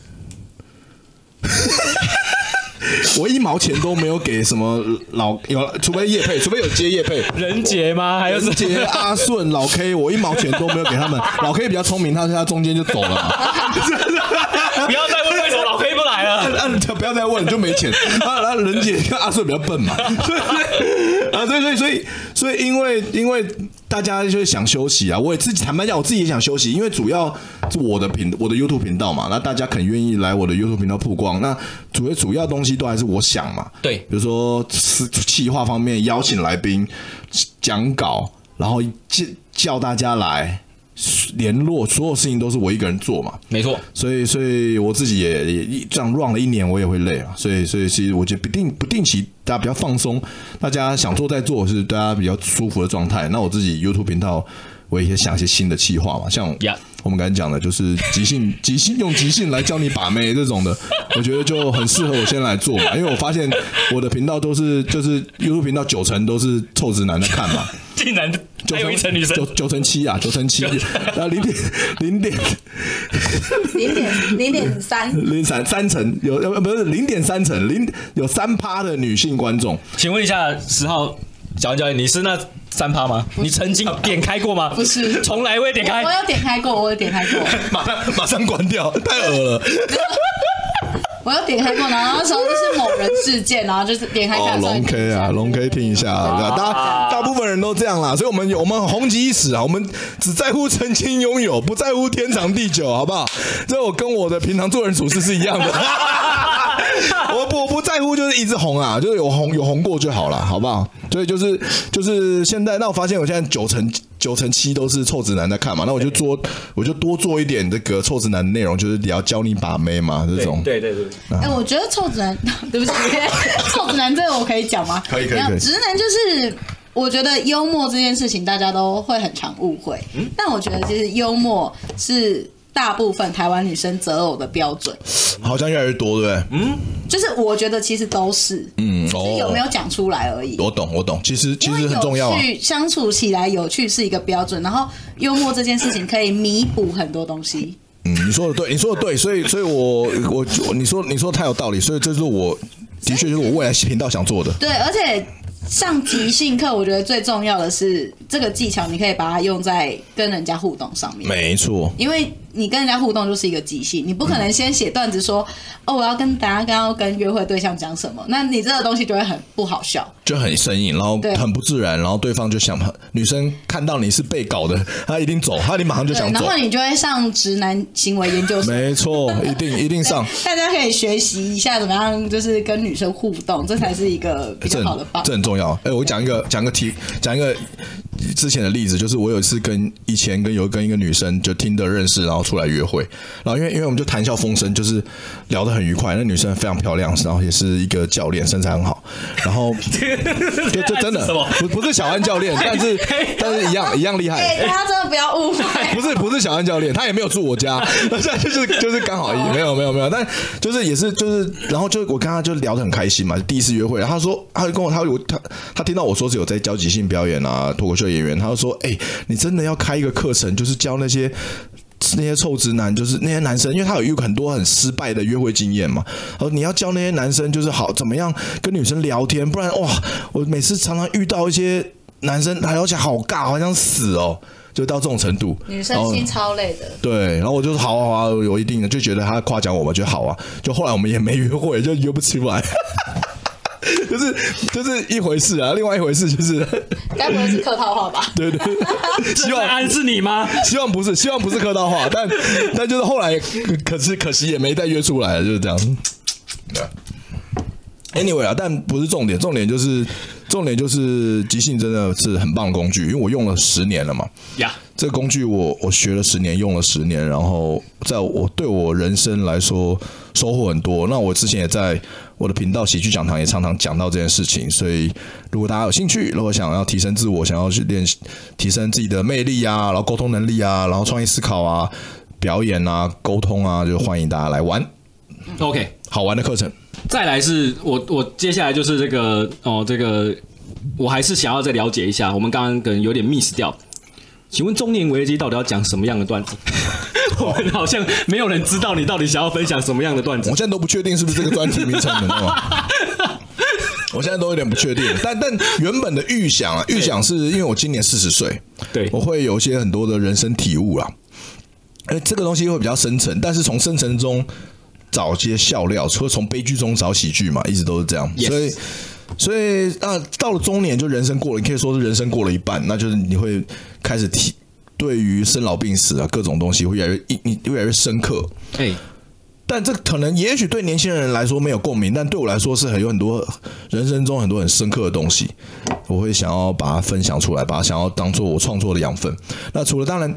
我一毛钱都没有给什么老有，除非业配，除非有接业配。 人杰吗？还有人杰、阿顺、老 K， 我一毛钱都没有给他们。老 K 比较聪明，他他中间就走了嘛。 不要再问为什么老 K 不来了。 啊，不要再问，你就没钱。啊，然后人杰跟阿顺比较笨嘛，所以啊，所以所以所以所以因为因为大家就是想休息啊，我也自己坦白讲，我自己也想休息，因为主要是我的频我的 YouTube 频道嘛，那大家肯愿意来我的 YouTube 频道曝光，那主要主要东西都还是我想嘛， 对， 比如说企划方面邀请来宾讲稿，然后叫叫大家来。 联络，所有事情都是我一个人做嘛。 没错， 所以所以我自己也也这样 run 了一年，我也会累啊。所以所以其实我觉得不定不定期大家比较放松，大家想做再做是大家比较舒服的状态。那我自己 YouTube 频道我也想一些新的企划嘛，像 Yeah. 我们刚才讲的就是即兴即兴用即兴来教你把妹这种的，我觉得就很适合我先来做嘛，因为我发现我的频道都是就是 YouTube 频道九成都是臭直男在看嘛。 竟然还有一层女生， 九九成七啊，九成七，然后零点零点零点零点三零三三成有呃不是零点三成零有三趴的女性观众， 请问一下十号小安教练，你是那三趴吗？你曾经点开过吗？ 不是从来未点开。 我有点开过，我有点开过， 马上马上关掉，太恶了。 我有点开过，然后那时候就是某人事件，然后就是点开看哦，龙 K 啊，龙 K 听一下，对啊，大家大部分人都这样啦，所以我们我们红极一时啊，我们只在乎曾经拥有，不在乎天长地久，好不好？这我跟我的平常做人处事是一样的。我不我不在乎，就是一直红啊，就是有红有红过就好了，好不好？所以就是就是现在，那我发现我现在九成九成七都是臭直男在看嘛，那我就做我就多做一点这个臭直男的内容，就是要教你把妹嘛，这种。 对对对。 哎、欸，我觉得臭直男，对不起，臭直男这个我可以讲吗？ 可以可以可以。 直男就是。我觉得幽默这件事情大家都会很常误会，嗯、但我觉得其实幽默是大部分台湾女生择偶的标准， 好像越来越多，对不对？嗯， 就是我觉得其实都是，嗯，只是有没有讲出来而已。 我懂，我懂，其实其实很重要啊。 有趣相处起来有趣是一个标准，然后幽默这件事情可以弥补很多东西。 嗯，你说的对，你说的对，所以所以我我你说你说太有道理，所以这是我的确就是我未来频道想做的。 对，而且。上即兴课，我觉得最重要的是这个技巧，你可以把它用在跟人家互动上面。 没错， 因为你跟人家互动就是一个即兴，你不可能先写段子说、嗯、哦，我要跟大家刚刚跟约会对象讲什么，那你这个东西就会很不好笑， 就很生硬，然后很不自然，然后对方就想，女生看到你是被搞的，她一定走，她一定马上就想走， 然后你就会上直男行为研究所。 没错，一定一定上。 大家可以学习一下怎么样，就是跟女生互动，这才是一个比较好的方法。 这很重要。哎、欸，我讲一个讲个题，讲一个之前的例子，就是我有一次跟以前跟有跟一个女生就听得认识，然后出来约会，然后因为因为我们就谈笑风生，就是聊得很愉快。那女生非常漂亮，然后也是一个教练，身材很好，然后就就真的不不是小安教练，但是但是一样一样厉害。 哎、欸，大家真的不要误会， 不是不是小安教练，他也没有住我家，就是就是刚好没有没有没有，但就是也是就是，然后就我跟他就聊得很开心嘛，第一次约会，然后他说他就跟我他他他听到我说是有在教即兴表演啊，脱口秀演员，他就说哎、欸，你真的要开一个课程，就是教那些。那些臭直男，就是那些男生，因为他有遇很多很失败的约会经验嘛。然后你要教那些男生，就是好怎么样跟女生聊天，不然哇，我每次常常遇到一些男生，而且好尬，好想死哦，就到这种程度。 女生心超累的。 对，然后我就说好啊好啊，有一定的就觉得他夸奖我嘛，觉得好啊。就后来我们也没约会，就约不出来。就是就是一回事啊，另外一回事就是， 该不会是客套话吧？ 对对， 希望安是你吗？ 希望不是，希望不是客套话，但但就是后来可是可惜也没再约出来了，就是这样。Anyway 啊，但不是重点，重点就是重点就是即兴真的是很棒的工具，因为我用了十年了嘛。 呀、yeah. 这个工具我我学了十年，用了十年，然后在我对我人生来说收获很多。那我之前也在我的频道喜剧讲堂也常常讲到这件事情，所以如果大家有兴趣，如果想要提升自我，想要去练提升自己的魅力啊，然后沟通能力啊，然后创意思考啊，表演啊，沟通啊，就欢迎大家来玩。 OK， 好玩的课程。 再来是我我接下来就是这个哦，这个我还是想要再了解一下，我们刚刚可能有点 miss 掉。请问中年危机到底要讲什么样的段子？我们好像没有人知道你到底想要分享什么样的段子。 我现在都不确定是不是这个专题名称，你知道吗？我现在都有点不确定，但但原本的预想啊，预想是因为我今年四十岁， 对， 我会有一些很多的人生体悟啦。哎，这个东西会比较深沉，但是从深沉中找些笑料，除了从悲剧中找喜剧嘛，一直都是这样。 Yes. 所以， 所以啊，到了中年就人生过了，你可以说是人生过了一半，那就是你会开始体对于生老病死啊各种东西会越来越你越来越深刻。 哎、hey.。 但这可能也许对年轻人来说没有共鸣，但对我来说是很有很多人生中很多很深刻的东西，我会想要把它分享出来，把它想要当做我创作的养分。那除了当然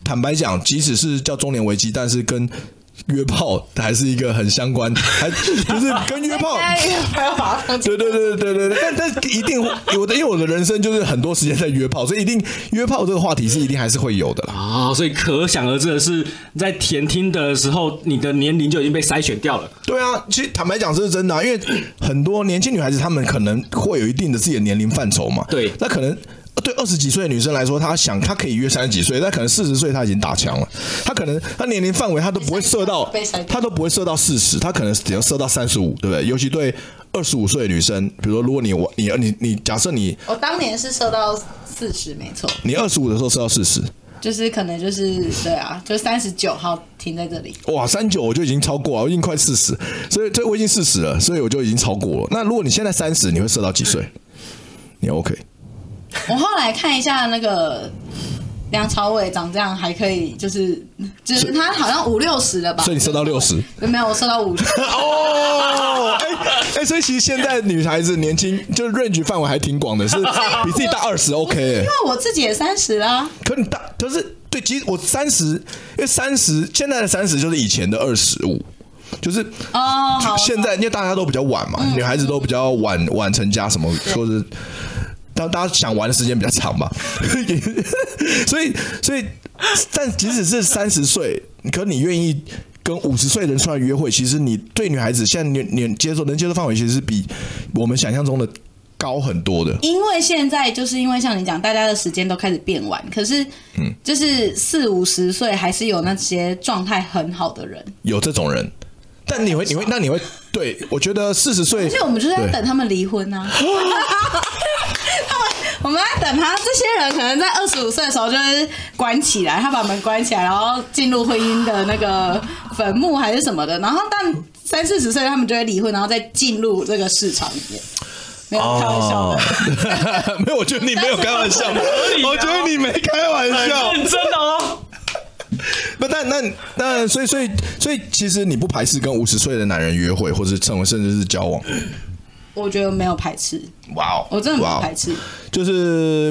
坦白讲，即使是叫中年危机，但是跟约炮还是一个很相关，还就是跟约炮，对对对对对对，但但一定我的，因为我的人生就是很多时间在约炮，所以一定约炮这个话题是一定还是会有的啦。 啊、哦，所以可想而知的是，在填听的时候，你的年龄就已经被筛选掉了。 对啊，其实坦白讲这是真的、啊，因为很多年轻女孩子她们可能会有一定的自己的年龄范畴嘛。 对， 那可能。对二十几岁的女生来说，她想她可以约三十几岁，但可能四十岁她已经打枪了。她可能她年龄范围她都不会设到，她都不会设到四十，她可能只要设到三十五，对不对？尤其对二十五岁的女生，比如说如果你你你你假设你， 我当年是设到四十，没错。 你二十五的时候设到四十， 就是可能就是对啊，就三十九号停在这里。 哇，三九我就已经超过了，我已经快四十，所以所以我已经四十了，所以我就已经超过了。那如果你现在三十，你会设到几岁？你 OK？ 我后来看一下那个梁朝伟长这样还可以，就是就是他好像五六十了吧？ 所以你设到六十？ 没有，我设到五十。 哦，哎哎，所以其实现在女孩子年轻，就是 range 范围还挺广的，是比自己大二十 OK。因为我自己也三十啦。 可你大，可是对，其实我三十，因为三十现在的三十就是以前的二十五。就是哦， 现在因为大家都比较晚嘛，嗯、女孩子都比较晚晚成家什么，或者。当大家想玩的时间比较长吧，所以所以，但即使是三十岁，可你愿意跟五十岁的人出来约会，其实你对女孩子现在你你接受能接受范围，其实是比我们想象中的高很多的。 因为现在就是因为像你讲，大家的时间都开始变晚，可是嗯，就是四五十岁还是有那些状态很好的人， 有这种人。但你会，你会，那你会对我觉得四十岁， 而且我们就是在等他们离婚啊。他们，我们在等他，这些人可能在二十五岁的时候就是关起来，他把门关起来，然后进入婚姻的那个坟墓还是什么的。然后但三四十岁他们就会离婚，然后再进入这个市场里面。没有开玩笑的， 哦、没有，我觉得你没有开玩笑，我觉得你没开玩笑， 认真的哦。 不，但那那所以所以所以，其实你不排斥跟五十岁的男人约会，或者成为甚至是交往？ 我觉得没有排斥。 哇哦， 我真的没有排斥。 就是，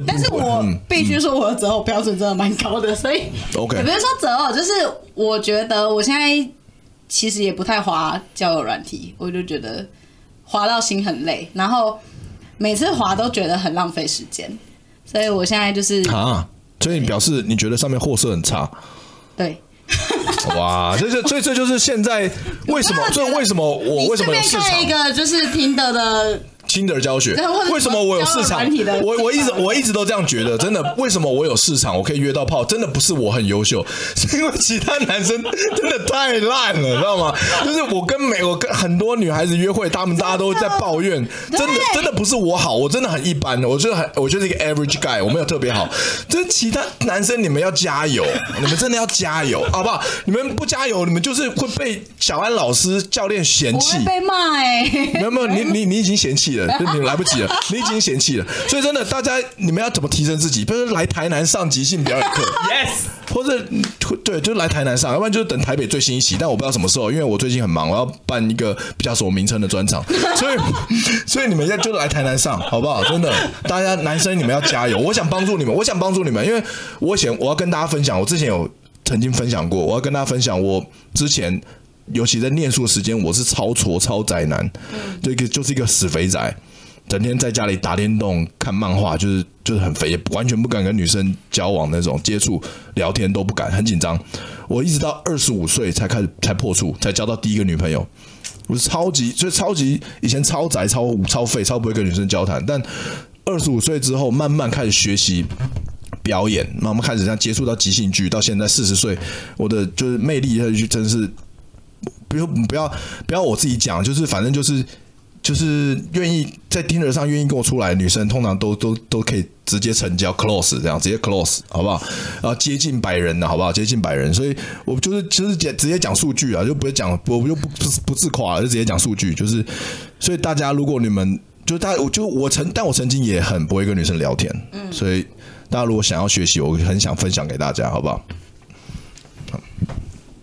但是我必须说，我的择偶标准真的蛮高的，所以 OK， 也不是说择偶，就是我觉得我现在其实也不太滑交友软体，我就觉得滑到心很累，然后每次滑都觉得很浪费时间，所以我现在就是啊，所以你表示你觉得上面货色很差。 对， 哇，这就所以这就是现在为什么？这为什么我为什么有市场？ 看一个就是听的的。 Tinder 教学，为什么我有市场？我我一直我一直都这样觉得，真的，为什么我有市场？我可以约到炮，真的不是我很优秀，是因为其他男生真的太烂了，知道吗？就是我跟每我跟很多女孩子约会，他们大家都在抱怨，真的真的不是我好，我真的很一般，我觉得很我就是一个 average guy， 我没有特别好。就是其他男生你们要加油，你们真的要加油，好不好？你们不加油，你们就是会被小安老师教练嫌弃， 我会被骂哎、欸。 没有没有，你你你已经嫌弃了。你来不及了，你已经嫌弃了，所以真的，大家你们要怎么提升自己？比如说来台南上即兴表演课 ，yes， 或者对，就是来台南上，要不然就是等台北最新一期，但我不知道什么时候，因为我最近很忙，我要办一个比较什么名称的专场，所以所以你们要就来台南上，好不好？真的，大家男生你们要加油，我想帮助你们，我想帮助你们，因为我想我要跟大家分享，我之前有曾经分享过，我要跟大家分享我之前。尤其在念书的时间，我是超挫超宅男，就一个就是一个死肥宅，整天在家里打电动、看漫画，就是就是很肥，完全不敢跟女生交往那种，接触、聊天都不敢，很紧张。我一直到二十五岁才开始才破处，才交到第一个女朋友。我是超级，所以超级以前超宅、超超废、超不会跟女生交谈，但二十五岁之后慢慢开始学习。表演，慢慢开始这样接触到即兴剧，到现在四十岁，我的就是魅力，真的是。不要不要不要我自己讲，就是反正就是就是愿意在 Tinder 上愿意跟我出来的女生，通常都都都可以直接成交 close 这样，直接 close 好不好？然后接近百人的好不好？接近百人，所以我就是就是直接讲数据啊，就不会讲我就不不不自夸了，就直接讲数据，就是所以大家如果你们就大家我就我曾但我曾经也很不会跟女生聊天，嗯，所以大家如果想要学习，我很想分享给大家，好不好？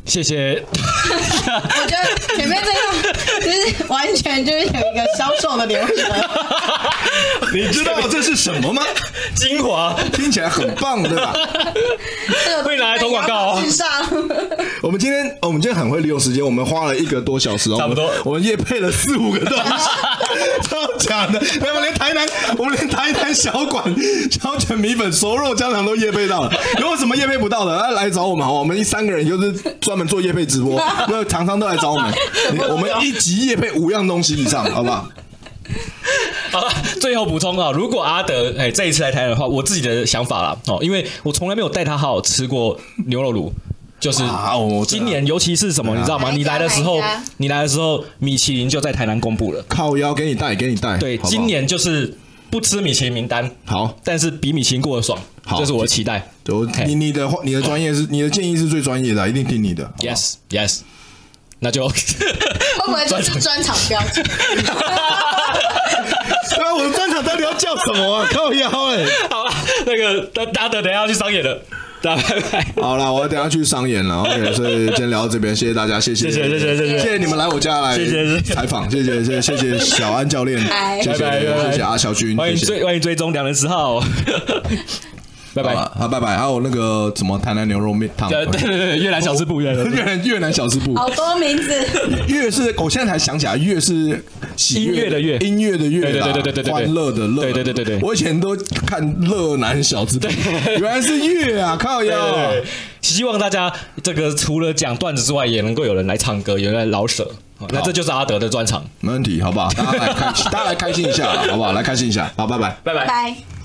谢谢。 我觉得前面这个就是完全就是有一个销售的流程。 你知道这是什么吗？ 精华听起来很棒，对吧？ 会拿来投广告哦。 我们今天，哦我们今天很会利用时间，我们花了一个多小时哦， 差不多我们我们业配了四五个东西，超假的。我们连台南，我们连台南小馆、小卷米粉、熟肉香肠都业配到了。有没有什么业配不到的，来找我们好不好？我们一三个人就是专门做业配直播，那厂商都来找我们，我们一集业配五样东西以上，好不好？ 好了，最后补充啊，如果阿德哎这一次来台南的话，我自己的想法啦哦，因为我从来没有带他好好吃过牛肉炉。就是今年，尤其是什么，你知道吗？你来的时候，你来的时候，米其林就在台南公布了， 靠腰给你带，给你带。 对，今年就是不吃米其林名单， 好， 但是比米其林过得爽，这是我的期待。 你你的你的专业是你的建议是最专业的，一定听你的。 Yes Yes， 那就会不会就是专场标记？ 对啊，我的专场到底要叫什么啊？靠腰哎！ 好了，那个大德等一下要去商演了。大家拜拜。 好了，我等一下去商演了 ，OK， 所以今天聊到这边，谢谢大家，谢谢， 谢谢，谢谢，谢谢， 谢谢你们来我家来采访，谢谢，谢谢，谢谢小安教练，谢谢，谢谢阿小军， 欢迎追，欢迎追踪两人十号。拜拜， 好，拜拜。还有那个什么台南牛肉面汤， 对对对，越南小吃部，越南越南越南小吃部， 好多名字。 越是，我现在才想起来，越是音乐的乐， 音乐的乐， 对对对对对， 欢乐的乐， 对对对对对。 我以前都看乐南小吃部，原来是乐啊，靠腰。 希望大家这个除了讲段子之外，也能够有人来唱歌，有人来饶舌。那这就是阿德的专场， 没问题，好不好？大家来开，大家来开心一下，好不好？来开心一下，好，拜拜， 拜拜， 拜。